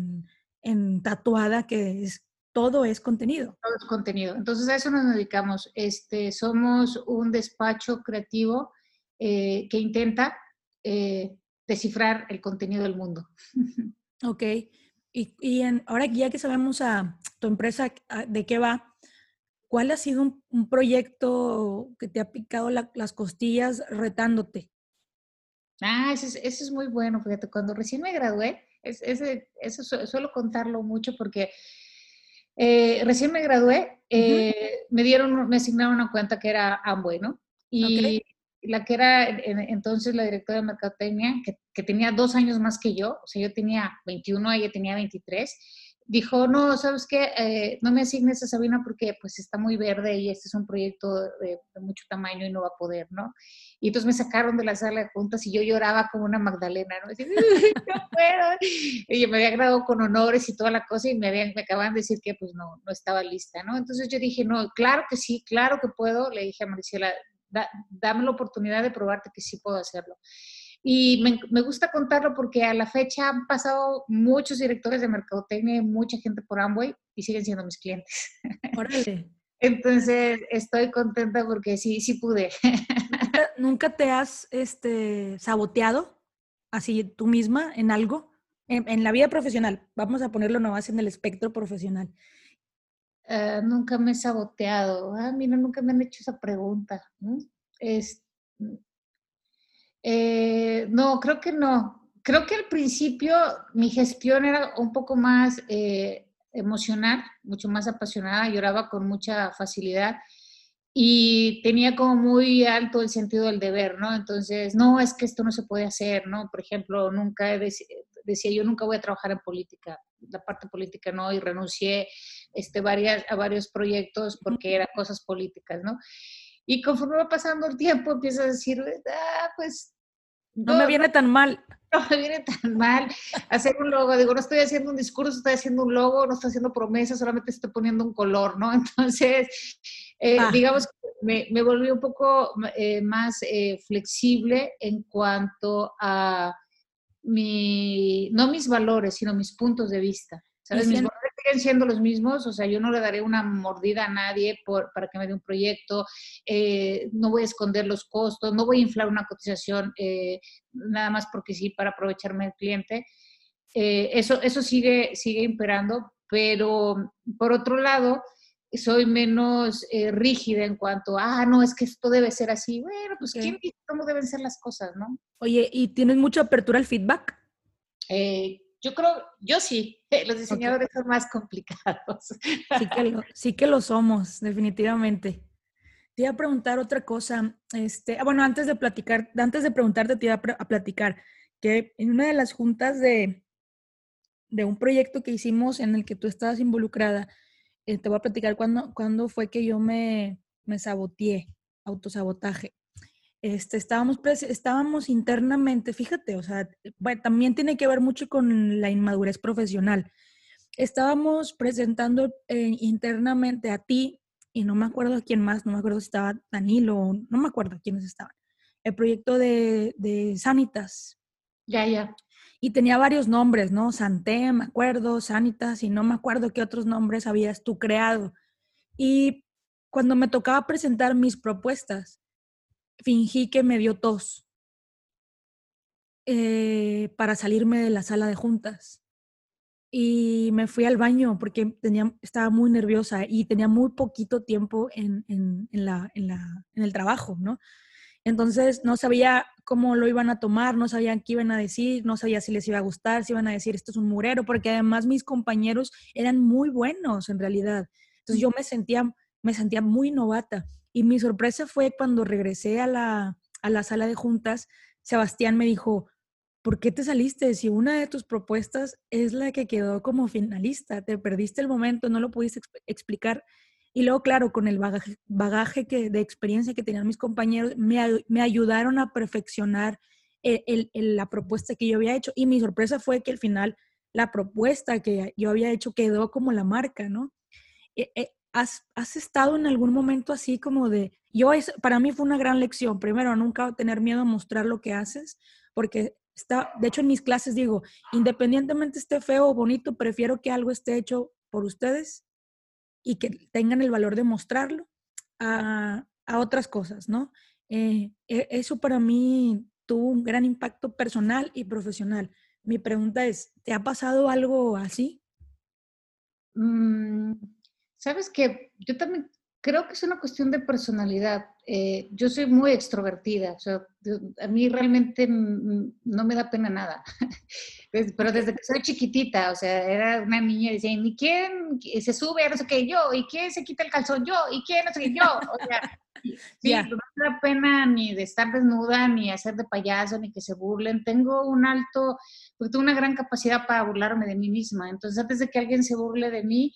en tatuada que es, todo es contenido. todo es contenido. Entonces a eso nos dedicamos. Somos un despacho creativo que intenta descifrar el contenido del mundo. Ok. Ahora ya que sabemos a tu empresa de qué va, ¿cuál ha sido un proyecto que te ha picado las costillas retándote? Ese es muy bueno, fíjate, cuando recién me gradué, suelo contarlo mucho porque recién me gradué, Ujú. me asignaron una cuenta que era Amway, ¿no? Ok. Y la que era entonces la directora de mercadotecnia, que tenía 2 años más que yo, o sea, yo tenía 21, ella tenía 23, dijo, no, ¿sabes qué? No me asignes a Sabina porque pues está muy verde y este es un proyecto de mucho tamaño y no va a poder, ¿no? Y entonces me sacaron de la sala de juntas y yo lloraba como una Magdalena, ¿no? Decía, no puedo. Y yo me había graduado con honores y toda la cosa y me acaban de decir que pues no estaba lista, ¿no? Entonces yo dije, no, claro que sí, claro que puedo. Le dije a Mariciela, dame la oportunidad de probarte que sí puedo hacerlo. Y me gusta contarlo porque a la fecha han pasado muchos directores de mercadotecnia y mucha gente por Amway y siguen siendo mis clientes. Órale. Entonces estoy contenta porque sí, sí pude. ¿Nunca te has saboteado así tú misma en algo? En la vida profesional, vamos a ponerlo nomás en el espectro profesional. Nunca me he saboteado. Mira, nunca me han hecho esa pregunta. ¿No? Es, no, creo que no. Creo que al principio mi gestión era un poco más emocional, mucho más apasionada, lloraba con mucha facilidad y tenía como muy alto el sentido del deber, ¿no? Entonces, no, es que esto no se puede hacer, ¿no? Por ejemplo, decía yo, nunca voy a trabajar en política, la parte política no, y renuncié a varios proyectos porque eran cosas políticas, ¿no? Y conforme va pasando el tiempo, empiezas a decir, pues No me no, no, viene tan mal. no me viene tan mal hacer un logo. Digo, no estoy haciendo un discurso, estoy haciendo un logo, no estoy haciendo promesas, solamente estoy poniendo un color, ¿no? Entonces, Va. digamos que me volví un poco más flexible en cuanto a no mis valores, sino mis puntos de vista. Y ¿Sabes? Mis valores siguen siendo los mismos, o sea, yo no le daré una mordida a nadie para que me dé un proyecto, no voy a esconder los costos, no voy a inflar una cotización nada más porque sí, para aprovecharme del cliente. Eso sigue imperando, pero por otro lado, soy menos rígida en cuanto, no, es que esto debe ser así. Bueno, pues ok. ¿quién dice cómo deben ser las cosas, no? Oye, ¿y tienes mucha apertura al feedback? Yo sí, los Ok. diseñadores son más complicados. Sí que lo somos, definitivamente. Te iba a preguntar otra cosa. Bueno, antes de preguntarte, te iba a platicar que en una de las juntas de un proyecto que hicimos en el que tú estabas involucrada, te voy a platicar cuándo fue que yo me saboteé, autosabotaje. Estábamos internamente, fíjate, o sea, bueno, también tiene que ver mucho con la inmadurez profesional. Estábamos presentando internamente a ti, y no me acuerdo a quién más, no me acuerdo si estaba Danilo, no me acuerdo quiénes estaban, el proyecto de Sanitas. Ya, ya. Y tenía varios nombres, ¿no? Santé, me acuerdo, Sanitas, y no me acuerdo qué otros nombres habías tú creado. Y cuando me tocaba presentar mis propuestas, fingí que me dio tos para salirme de la sala de juntas. Y me fui al baño porque estaba muy nerviosa y tenía muy poquito tiempo en el trabajo, ¿no? Entonces no sabía cómo lo iban a tomar, no sabían qué iban a decir, no sabía si les iba a gustar, si iban a decir esto es un murero, porque además mis compañeros eran muy buenos en realidad. Entonces yo me sentía muy novata. Y mi sorpresa fue cuando regresé a la sala de juntas, Sebastián me dijo, ¿por qué te saliste? Si una de tus propuestas es la que quedó como finalista, te perdiste el momento, no lo pudiste explicar. Y luego, claro, con el bagaje de experiencia que tenían mis compañeros, me ayudaron a perfeccionar la propuesta que yo había hecho. Y mi sorpresa fue que al final la propuesta que yo había hecho quedó como la marca, ¿no? ¿Has estado en algún momento así como de, para mí fue una gran lección, primero, nunca tener miedo a mostrar lo que haces, porque de hecho en mis clases digo, independientemente esté feo o bonito, prefiero que algo esté hecho por ustedes y que tengan el valor de mostrarlo a otras cosas, ¿no? Eso para mí tuvo un gran impacto personal y profesional. Mi pregunta es, ¿te ha pasado algo así? Mm, sabes que yo también creo que es una cuestión de personalidad. Yo soy muy extrovertida, o sea, a mí realmente no me da pena nada. Pero Ok, desde que soy chiquitita, o sea, era una niña y decía, ¿y quién se sube a no sé qué? Yo, ¿y quién se quita el calzón? Yo, ¿y quién no sé qué? Yo, o sea, sí, ya, no me da pena ni de estar desnuda, ni hacer de payaso, ni que se burlen. Tengo un alto, porque tengo una gran capacidad para burlarme de mí misma. Entonces, antes de que alguien se burle de mí,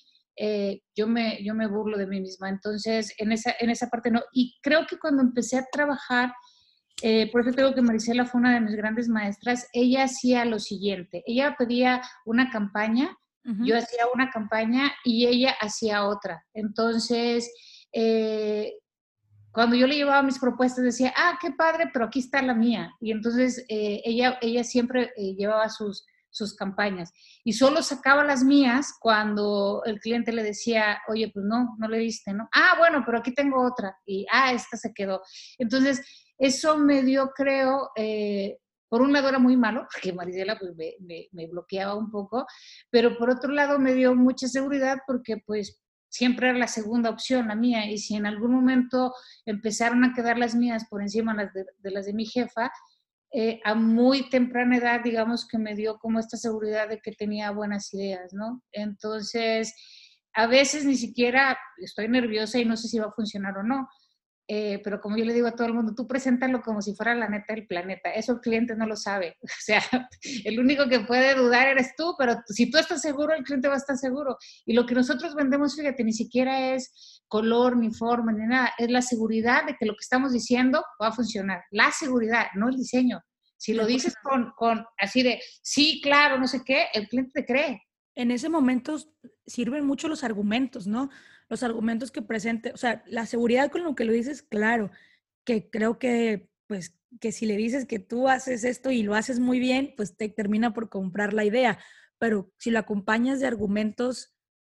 yo me burlo de mí misma. Entonces, en esa parte no. Y creo que cuando empecé a trabajar, por eso tengo que Marisela fue una de mis grandes maestras, ella hacía lo siguiente, ella pedía una campaña, yo ujú, hacía una campaña y ella hacía otra. Entonces, eh, cuando yo le llevaba mis propuestas decía, ah, qué padre, pero aquí está la mía. Y entonces ella siempre llevaba sus campañas y solo sacaba las mías cuando el cliente le decía, oye, pues no, no le diste, ¿no? Ah, bueno, pero aquí tengo otra y, esta se quedó. Entonces, eso me dio, creo, por un lado era muy malo, porque Marisela pues, me bloqueaba un poco, pero por otro lado me dio mucha seguridad porque pues siempre era la segunda opción, la mía, y si en algún momento empezaron a quedar las mías por encima de las de mi jefa, a muy temprana edad, digamos que me dio como esta seguridad de que tenía buenas ideas, ¿no? Entonces, a veces ni siquiera estoy nerviosa y no sé si va a funcionar o no, pero como yo le digo a todo el mundo, tú preséntalo como si fuera la neta del planeta. Eso el cliente no lo sabe. O sea, el único que puede dudar eres tú, pero si tú estás seguro, el cliente va a estar seguro. Y lo que nosotros vendemos, fíjate, ni siquiera es color, ni forma, ni nada. Es la seguridad de que lo que estamos diciendo va a funcionar. La seguridad, no el diseño. Si de lo acuerdo. dices con así de, sí, claro, no sé qué, el cliente te cree. En ese momento sirven mucho los argumentos, ¿no? Los argumentos que presente, o sea, la seguridad con lo que lo dices, claro, que creo que, pues, que si le dices que tú haces esto y lo haces muy bien, pues te termina por comprar la idea. Pero si lo acompañas de argumentos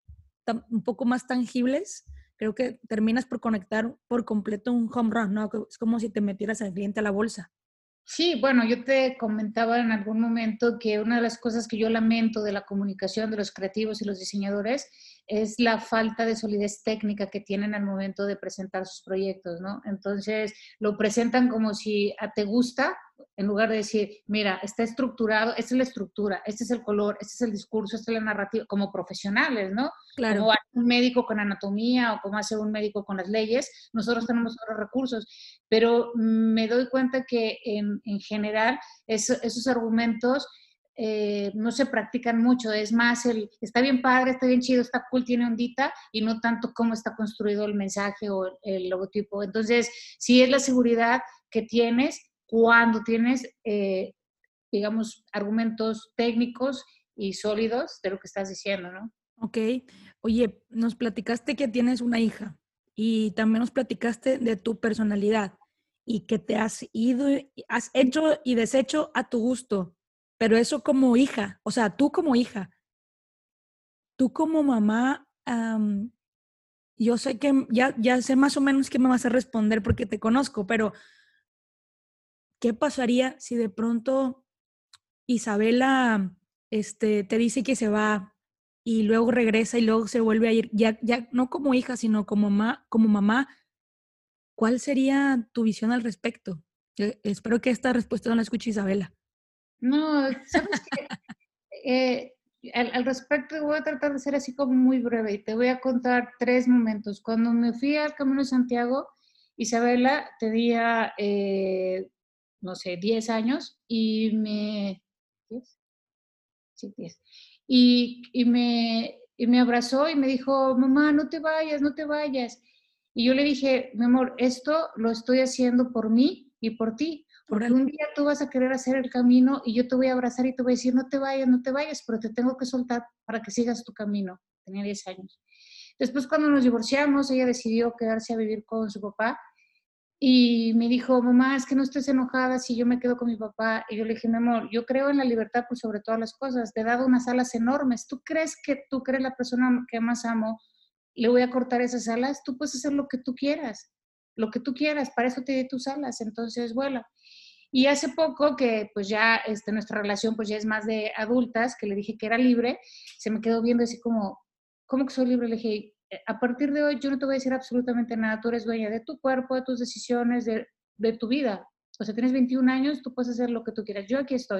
un poco más tangibles, creo que terminas por conectar por completo un home run, ¿no? Es como si te metieras al cliente a la bolsa. Sí, bueno, yo te comentaba en algún momento que una de las cosas que yo lamento de la comunicación de los creativos y los diseñadores es la falta de solidez técnica que tienen al momento de presentar sus proyectos, ¿no? Entonces, lo presentan como si te gusta, en lugar de decir, mira, está estructurado, esta es la estructura, este es el color, este es el discurso, esta es la narrativa, como profesionales, ¿no? Claro. Como hace un médico con anatomía o como hace un médico con las leyes, nosotros tenemos otros recursos, pero me doy cuenta que en general esos argumentos no se practican mucho, es más está bien padre, está bien chido, está cool, tiene ondita, y no tanto cómo está construido el mensaje o el logotipo. Entonces, sí es la seguridad que tienes cuando tienes, digamos, argumentos técnicos y sólidos de lo que estás diciendo, ¿no? Ok. Oye, nos platicaste que tienes una hija y también nos platicaste de tu personalidad y que te has ido, has hecho y deshecho a tu gusto, pero eso como hija, o sea, tú como hija, tú como mamá, yo sé que ya sé más o menos qué me vas a responder porque te conozco, pero ¿qué pasaría si de pronto Isabela te dice que se va y luego regresa y luego se vuelve a ir, ya no como hija, sino como mamá, ¿cuál sería tu visión al respecto? Espero que esta respuesta no la escuche Isabela. No, ¿sabes qué? Al respecto voy a tratar de ser así como muy breve y te voy a contar 3 momentos. Cuando me fui al Camino de Santiago, Isabela tenía, no sé, 10 años y me... ¿10? Sí, 10. Y me abrazó y me dijo, mamá, no te vayas, no te vayas. Y yo le dije, mi amor, esto lo estoy haciendo por mí y por ti, porque Órale. un día tú vas a querer hacer el camino y yo te voy a abrazar y te voy a decir, no te vayas, no te vayas, pero te tengo que soltar para que sigas tu camino. Tenía 10 años. Después, cuando nos divorciamos, ella decidió quedarse a vivir con su papá y me dijo, mamá, es que no estés enojada si yo me quedo con mi papá. Y yo le dije, mi amor, yo creo en la libertad por sobre todas las cosas. Te he dado unas alas enormes. ¿Tú crees que tú eres la persona que más amo? Le voy a cortar esas alas. Tú puedes hacer lo que tú quieras. Lo que tú quieras. Para eso te di tus alas. Entonces, vuela. Y hace poco que pues ya nuestra relación pues ya es más de adultas, que le dije que era libre, se me quedó viendo así como, ¿cómo que soy libre? Le dije, a partir de hoy yo no te voy a decir absolutamente nada, tú eres dueña de tu cuerpo, de tus decisiones, de tu vida. O sea, tienes 21 años, tú puedes hacer lo que tú quieras. Yo aquí estoy.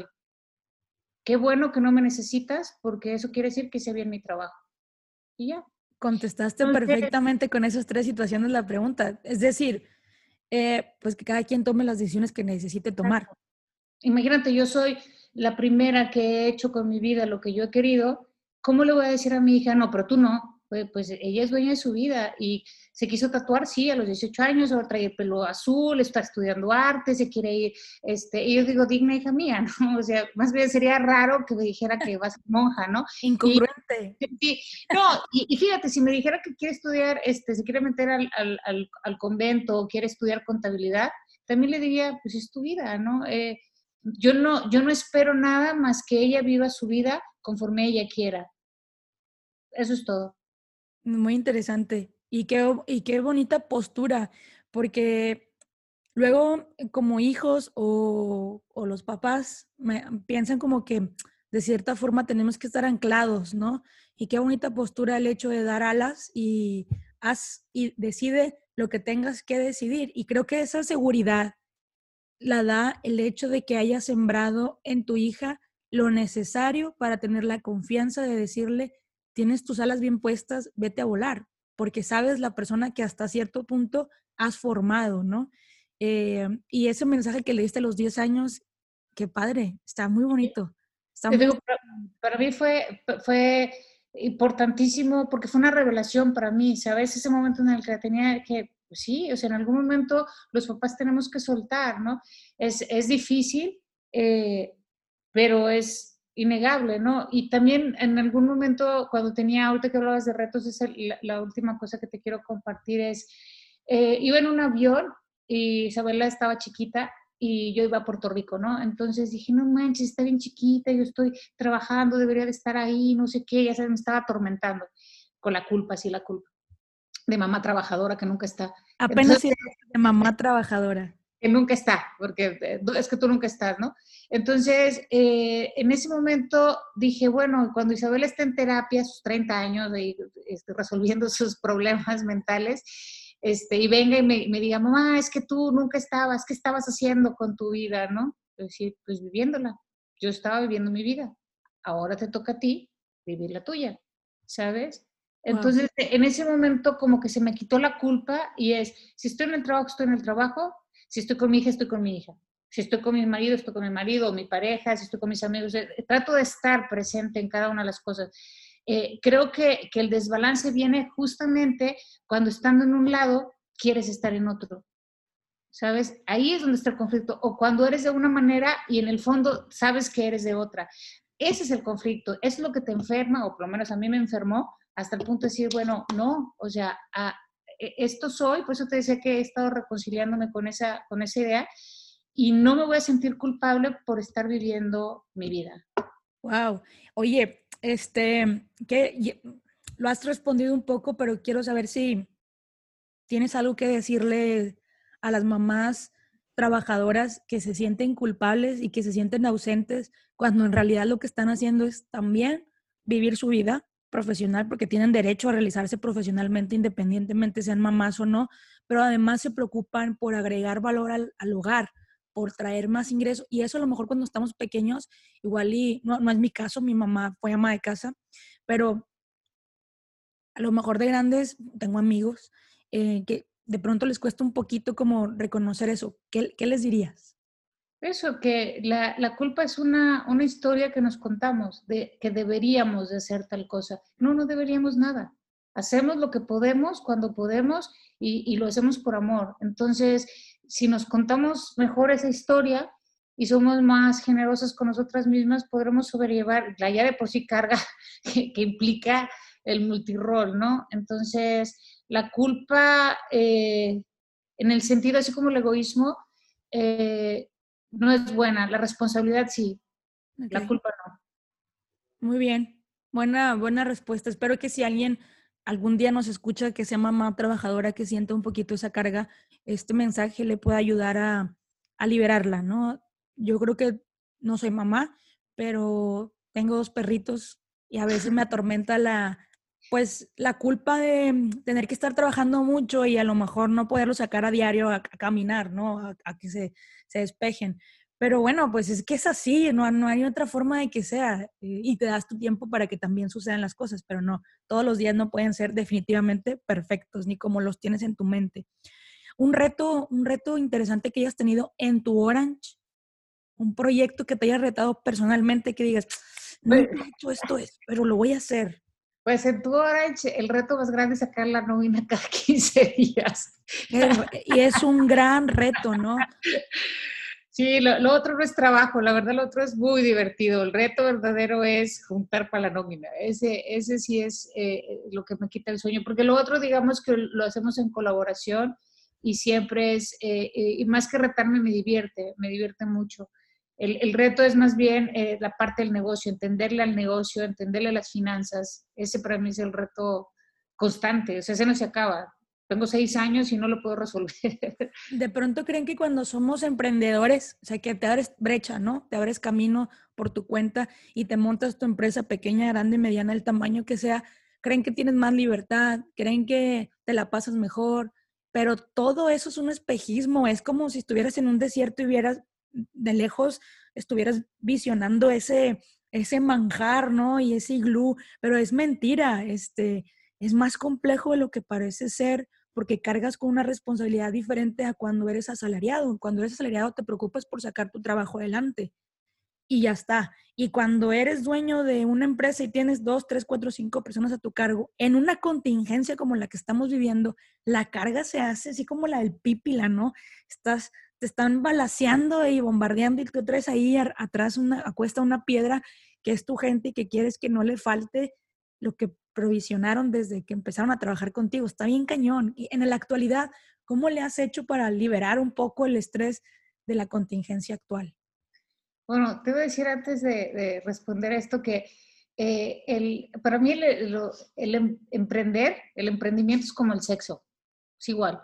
Qué bueno que no me necesitas porque eso quiere decir que hice bien mi trabajo. Y ya. Contestaste Entonces, perfectamente con esas 3 situaciones la pregunta. Es decir, pues que cada quien tome las decisiones que necesite tomar. imagínate, yo soy la primera que he hecho con mi vida lo que yo he querido. ¿Cómo le voy a decir a mi hija, no, pero tú no? Pues ella es dueña de su vida y se quiso tatuar, sí, a los 18 años, ahora trae el pelo azul, está estudiando arte, se quiere ir, y yo digo, digna hija mía, ¿no? O sea, más bien sería raro que me dijera que va a ser monja, ¿no? Y Incongruente. sí, no, y fíjate, si me dijera que quiere estudiar, se quiere meter al convento o quiere estudiar contabilidad, también le diría, pues es tu vida, ¿no? Yo no espero nada más que ella viva su vida conforme ella quiera. Eso es todo. Muy interesante. Y qué bonita postura, porque luego como hijos o los papás piensan como que de cierta forma tenemos que estar anclados, ¿no? Y qué bonita postura el hecho de dar alas y haz y decide lo que tengas que decidir. Y creo que esa seguridad la da el hecho de que hayas sembrado en tu hija lo necesario para tener la confianza de decirle, tienes tus alas bien puestas, vete a volar, porque sabes la persona que hasta cierto punto has formado, ¿no? Y ese mensaje que le diste a los 10 años, qué padre, está muy bonito, está Te muy... digo, para mí fue importantísimo porque fue una revelación para mí, ¿sabes? Ese momento en el que tenía que, pues sí, o sea, en algún momento los papás tenemos que soltar, ¿no? Es difícil, pero es innegable, ¿no? Y también en algún momento, cuando tenía, ahorita que hablabas de retos, la última cosa que te quiero compartir es, iba en un avión y Isabela estaba chiquita y yo iba a Puerto Rico, ¿no? Entonces dije, no manches, está bien chiquita, yo estoy trabajando, debería de estar ahí, no sé qué, ya sabes, me estaba atormentando con la culpa, sí, la culpa de mamá trabajadora que nunca está. Apenas Entonces, si de mamá trabajadora. que nunca está, porque es que tú nunca estás, ¿no? Entonces, en ese momento dije, bueno, cuando Isabel está en terapia, a sus 30 años, resolviendo sus problemas mentales, y venga y me diga, mamá, es que tú nunca estabas, ¿qué estabas haciendo con tu vida, no? Pues sí, pues viviéndola. Yo estaba viviendo mi vida. Ahora te toca a ti vivir la tuya, ¿sabes? Wow. Entonces, en ese momento como que se me quitó la culpa y es, si estoy en el trabajo, estoy en el trabajo, si estoy con mi hija, estoy con mi hija. Si estoy con mi marido, estoy con mi marido o mi pareja, si estoy con mis amigos. Trato de estar presente en cada una de las cosas. Creo que el desbalance viene justamente cuando estando en un lado, quieres estar en otro. ¿Sabes? Ahí es donde está el conflicto. O cuando eres de una manera y en el fondo sabes que eres de otra. Ese es el conflicto. Es lo que te enferma, o por lo menos a mí me enfermó, hasta el punto de decir, bueno, no, o sea, esto soy, por eso te decía que he estado reconciliándome con esa idea y no me voy a sentir culpable por estar viviendo mi vida. Wow. Oye, lo has respondido un poco, pero quiero saber si ¿tienes algo que decirle a las mamás trabajadoras que se sienten culpables y que se sienten ausentes cuando en realidad lo que están haciendo es también vivir su vida? profesional porque tienen derecho a realizarse profesionalmente independientemente sean mamás o no, pero además se preocupan por agregar valor al hogar, por traer más ingresos. Y eso a lo mejor cuando estamos pequeños, igual y no es mi caso, mi mamá fue ama de casa, pero a lo mejor de grandes tengo amigos que de pronto les cuesta un poquito como reconocer eso. ¿Qué les dirías? Eso, que la culpa es una historia que nos contamos, de que deberíamos de hacer tal cosa. No, no deberíamos nada. Hacemos lo que podemos cuando podemos y lo hacemos por amor. Entonces, si nos contamos mejor esa historia y somos más generosas con nosotras mismas, podremos sobrellevar la ya de por sí carga que implica el multirol, ¿no? Entonces, la culpa, en el sentido así como el egoísmo, eh, no es buena, la responsabilidad sí, la Ok. culpa no. Muy bien, buena respuesta. Espero que si alguien algún día nos escucha que sea mamá trabajadora, que sienta un poquito esa carga, este mensaje le pueda ayudar a liberarla, ¿no? Yo creo que no soy mamá, pero tengo 2 perritos y a veces me atormenta pues, la culpa de tener que estar trabajando mucho y a lo mejor no poderlos sacar a diario a caminar, ¿no? A que se despejen. Pero bueno, pues es que es así, no hay otra forma de que sea. Y te das tu tiempo para que también sucedan las cosas, pero no, todos los días no pueden ser definitivamente perfectos, ni como los tienes en tu mente. Un reto interesante que hayas tenido en tu Orange, un proyecto que te haya retado personalmente, que digas, Pues, nunca he hecho pero lo voy a hacer. pues en tu Orange el reto más grande es sacar la nómina cada 15 días. Y es un gran reto, ¿no? Sí, lo otro no es trabajo, la verdad lo otro es muy divertido. El reto verdadero es juntar para la nómina. Ese sí es lo que me quita el sueño, porque lo otro digamos que lo hacemos en colaboración y siempre es, y más que retarme me divierte mucho. El reto es más bien la parte del negocio, entenderle al negocio, entenderle las finanzas. Ese para mí es el reto constante, o sea, ese no se acaba. Tengo 6 años y no lo puedo resolver. De pronto creen que cuando somos emprendedores, o sea, que te abres brecha, ¿no? Te abres camino por tu cuenta y te montas tu empresa pequeña, grande, mediana, el tamaño que sea, creen que tienes más libertad, creen que te la pasas mejor, pero todo eso es un espejismo, es como si estuvieras en un desierto y vieras de lejos, estuvieras visionando ese manjar, ¿no? Y ese iglú, pero es mentira, es más complejo de lo que parece ser porque cargas con una responsabilidad diferente a cuando eres asalariado. Cuando eres asalariado te preocupas por sacar tu trabajo adelante y ya está. Y cuando eres dueño de una empresa y tienes 2, 3, 4, 5 personas a tu cargo, en una contingencia como la que estamos viviendo, la carga se hace así como la del pípila, ¿no? Te están balaceando y bombardeando y tú traes ahí atrás acuesta una piedra que es tu gente y que quieres que no le falte lo que provisionaron desde que empezaron a trabajar contigo. Está bien cañón. Y en la actualidad, ¿cómo le has hecho para liberar un poco el estrés de la contingencia actual? Bueno, te voy a decir antes de responder esto que para mí emprender, el emprendimiento es como el sexo, es igual.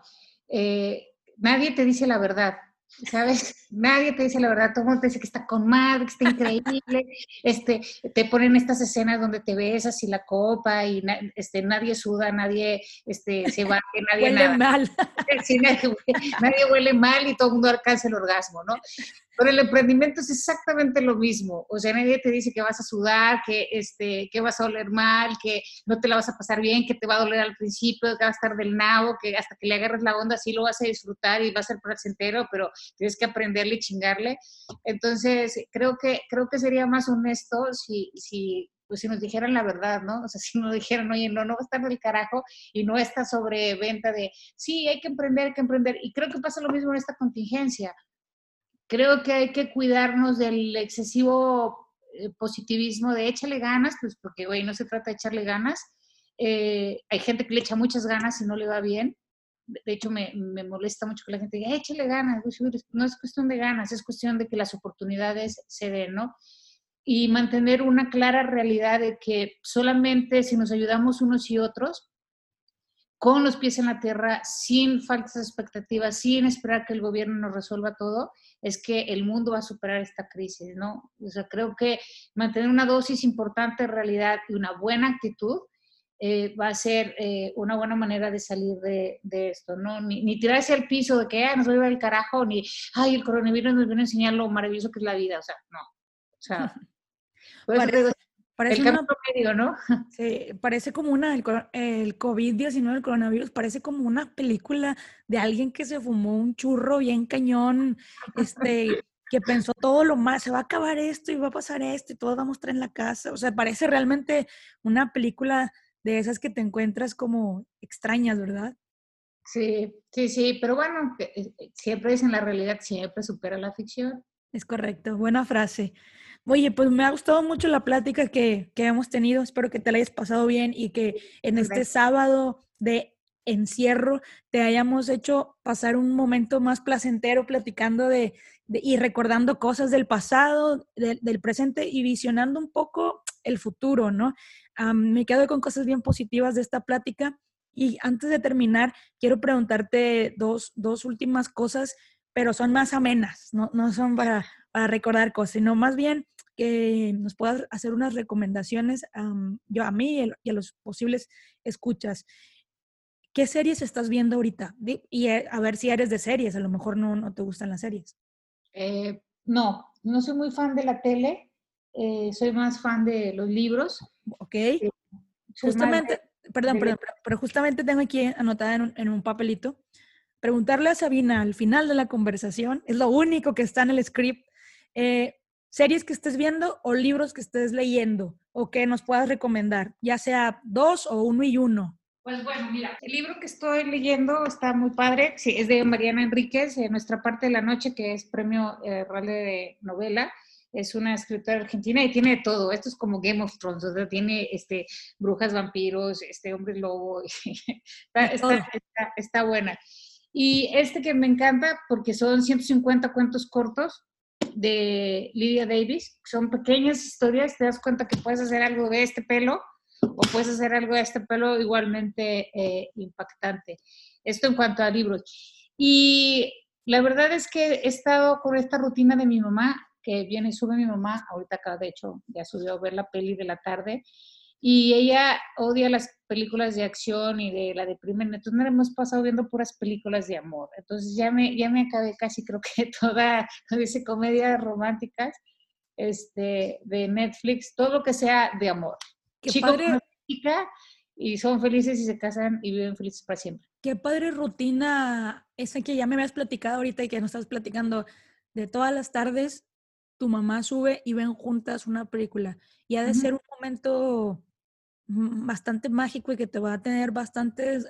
Nadie te dice la verdad, ¿sabes? Nadie te dice la verdad, todo el mundo te dice que está con madre, que está increíble, este, te ponen estas escenas donde te besas y la copa y nadie suda, nadie se va, nadie Huele nada. mal. Sí, nadie huele mal y todo el mundo alcanza el orgasmo, ¿no? Pero el emprendimiento es exactamente lo mismo. O sea, nadie te dice que vas a sudar, que vas a oler mal, que no te la vas a pasar bien, que te va a doler al principio, que vas a estar del nabo, que hasta que le agarres la onda sí lo vas a disfrutar y va a ser placentero, pero tienes que aprenderle y chingarle. Entonces, creo que sería más honesto pues si nos dijeran la verdad, ¿no? O sea, si nos dijeran, oye, no va a estar del carajo y no esta sobreventa de, sí, hay que emprender, hay que emprender. Y creo que pasa lo mismo en esta contingencia. Creo que hay que cuidarnos del excesivo positivismo de échale ganas, pues porque, güey, no se trata de echarle ganas. Hay gente que le echa muchas ganas y no le va bien. De hecho, me molesta mucho que la gente diga, échale ganas. No es cuestión de ganas, es cuestión de que las oportunidades se den, ¿no? Y mantener una clara realidad de que solamente si nos ayudamos unos y otros, con los pies en la tierra, sin falsas expectativas, sin esperar que el gobierno nos resuelva todo, es que el mundo va a superar esta crisis, ¿no? O sea, creo que mantener una dosis importante de realidad y una buena actitud va a ser una buena manera de salir de esto, ¿no? Ni tirarse al piso de que nos va a llevar el carajo, ni, ay, el coronavirus nos viene a enseñar lo maravilloso que es la vida, o sea, no. O sea, por eso te digo, Parece el una, camino medio, ¿no? sí, parece como el COVID-19, el coronavirus, parece como una película de alguien que se fumó un churro bien cañón, que pensó todo lo más, se va a acabar esto y va a pasar esto y todos vamos a estar en la casa. O sea, parece realmente una película de esas que te encuentras como extrañas, ¿verdad? Sí, sí, sí, pero bueno, siempre dicen la realidad, siempre supera la ficción. Es correcto, buena frase. Oye, pues me ha gustado mucho la plática que hemos tenido. Espero que te la hayas pasado bien y que en este sábado de encierro te hayamos hecho pasar un momento más placentero platicando y recordando cosas del pasado, del presente y visionando un poco el futuro, ¿no? Me quedo con cosas bien positivas de esta plática. Y antes de terminar, quiero preguntarte dos últimas cosas, pero son más amenas, no son para recordar cosas, sino más bien que nos puedas hacer unas recomendaciones yo a mí y a los posibles escuchas. ¿Qué series estás viendo ahorita? Y a ver si eres de series, a lo mejor no te gustan las series. No, no soy muy fan de la tele, soy más fan de los libros. Ok. Soy más Justamente, perdón, de pero justamente tengo aquí anotada en un papelito, preguntarle a Sabina al final de la conversación, es lo único que está en el script, series que estés viendo o libros que estés leyendo o que nos puedas recomendar, ya sea dos o uno y uno. Pues bueno, mira, el libro que estoy leyendo está muy padre, sí, es de Mariana Enríquez, Nuestra parte de la noche, que es premio Rale de novela. Es una escritora argentina y tiene de todo. Esto es como Game of Thrones, o sea, tiene brujas, vampiros, hombre lobo. De todo. Está buena. Y que me encanta porque son 150 cuentos cortos de Lydia Davis. Son pequeñas historias, te das cuenta que puedes hacer algo de este pelo o puedes hacer algo de este pelo igualmente impactante. Esto en cuanto a libros. Y la verdad es que he estado con esta rutina de mi mamá, que viene y sube mi mamá, ahorita acá de hecho ya subió a ver la peli de la tarde, y ella odia las películas de acción y de la deprimen, entonces no hemos pasado viendo puras películas de amor, entonces ya me acabé casi creo que toda, dice comedias románticas de Netflix, todo lo que sea de amor. Qué Chico padre, con chica y son felices y se casan y viven felices para siempre. qué padre rutina esa que ya me habías platicado ahorita y que nos estás platicando de todas las tardes, tu mamá sube y ven juntas una película. Y ha de Uh-huh. ser un momento bastante mágico y que te va a tener bastantes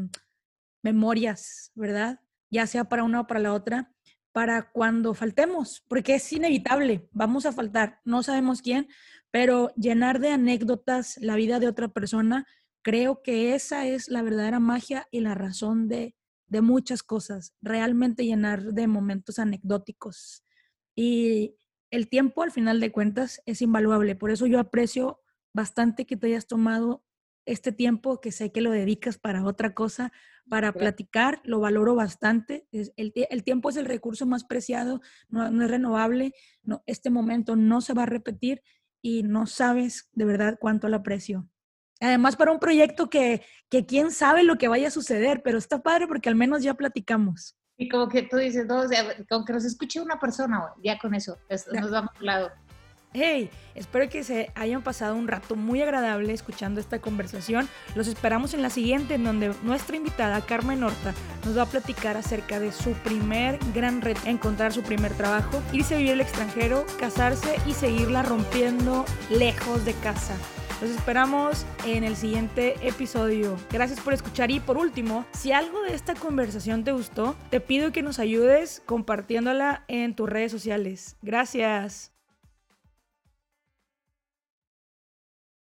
memorias, ¿verdad? Ya sea para una o para la otra, para cuando faltemos, porque es inevitable, vamos a faltar, no sabemos quién, pero llenar de anécdotas la vida de otra persona, creo que esa es la verdadera magia y la razón de muchas cosas, realmente llenar de momentos anecdóticos. Y el tiempo, al final de cuentas, es invaluable, por eso yo aprecio bastante que te hayas tomado este tiempo que sé que lo dedicas para otra cosa, para platicar, lo valoro bastante. El tiempo es el recurso más preciado, no es renovable, no, este momento no se va a repetir y no sabes de verdad cuánto lo aprecio. Además, para un proyecto que quién sabe lo que vaya a suceder, pero está padre porque al menos ya platicamos. Y como que tú dices, no, o sea, con que nos escuche una persona, ya con eso, nos vamos a un lado. Hey, espero que se hayan pasado un rato muy agradable escuchando esta conversación. Los esperamos en la siguiente, en donde nuestra invitada Carmen Horta nos va a platicar acerca de su primer gran reto, encontrar su primer trabajo, irse a vivir al extranjero, casarse y seguirla rompiendo lejos de casa. Los esperamos en el siguiente episodio. Gracias por escuchar y por último, si algo de esta conversación te gustó, te pido que nos ayudes compartiéndola en tus redes sociales. Gracias.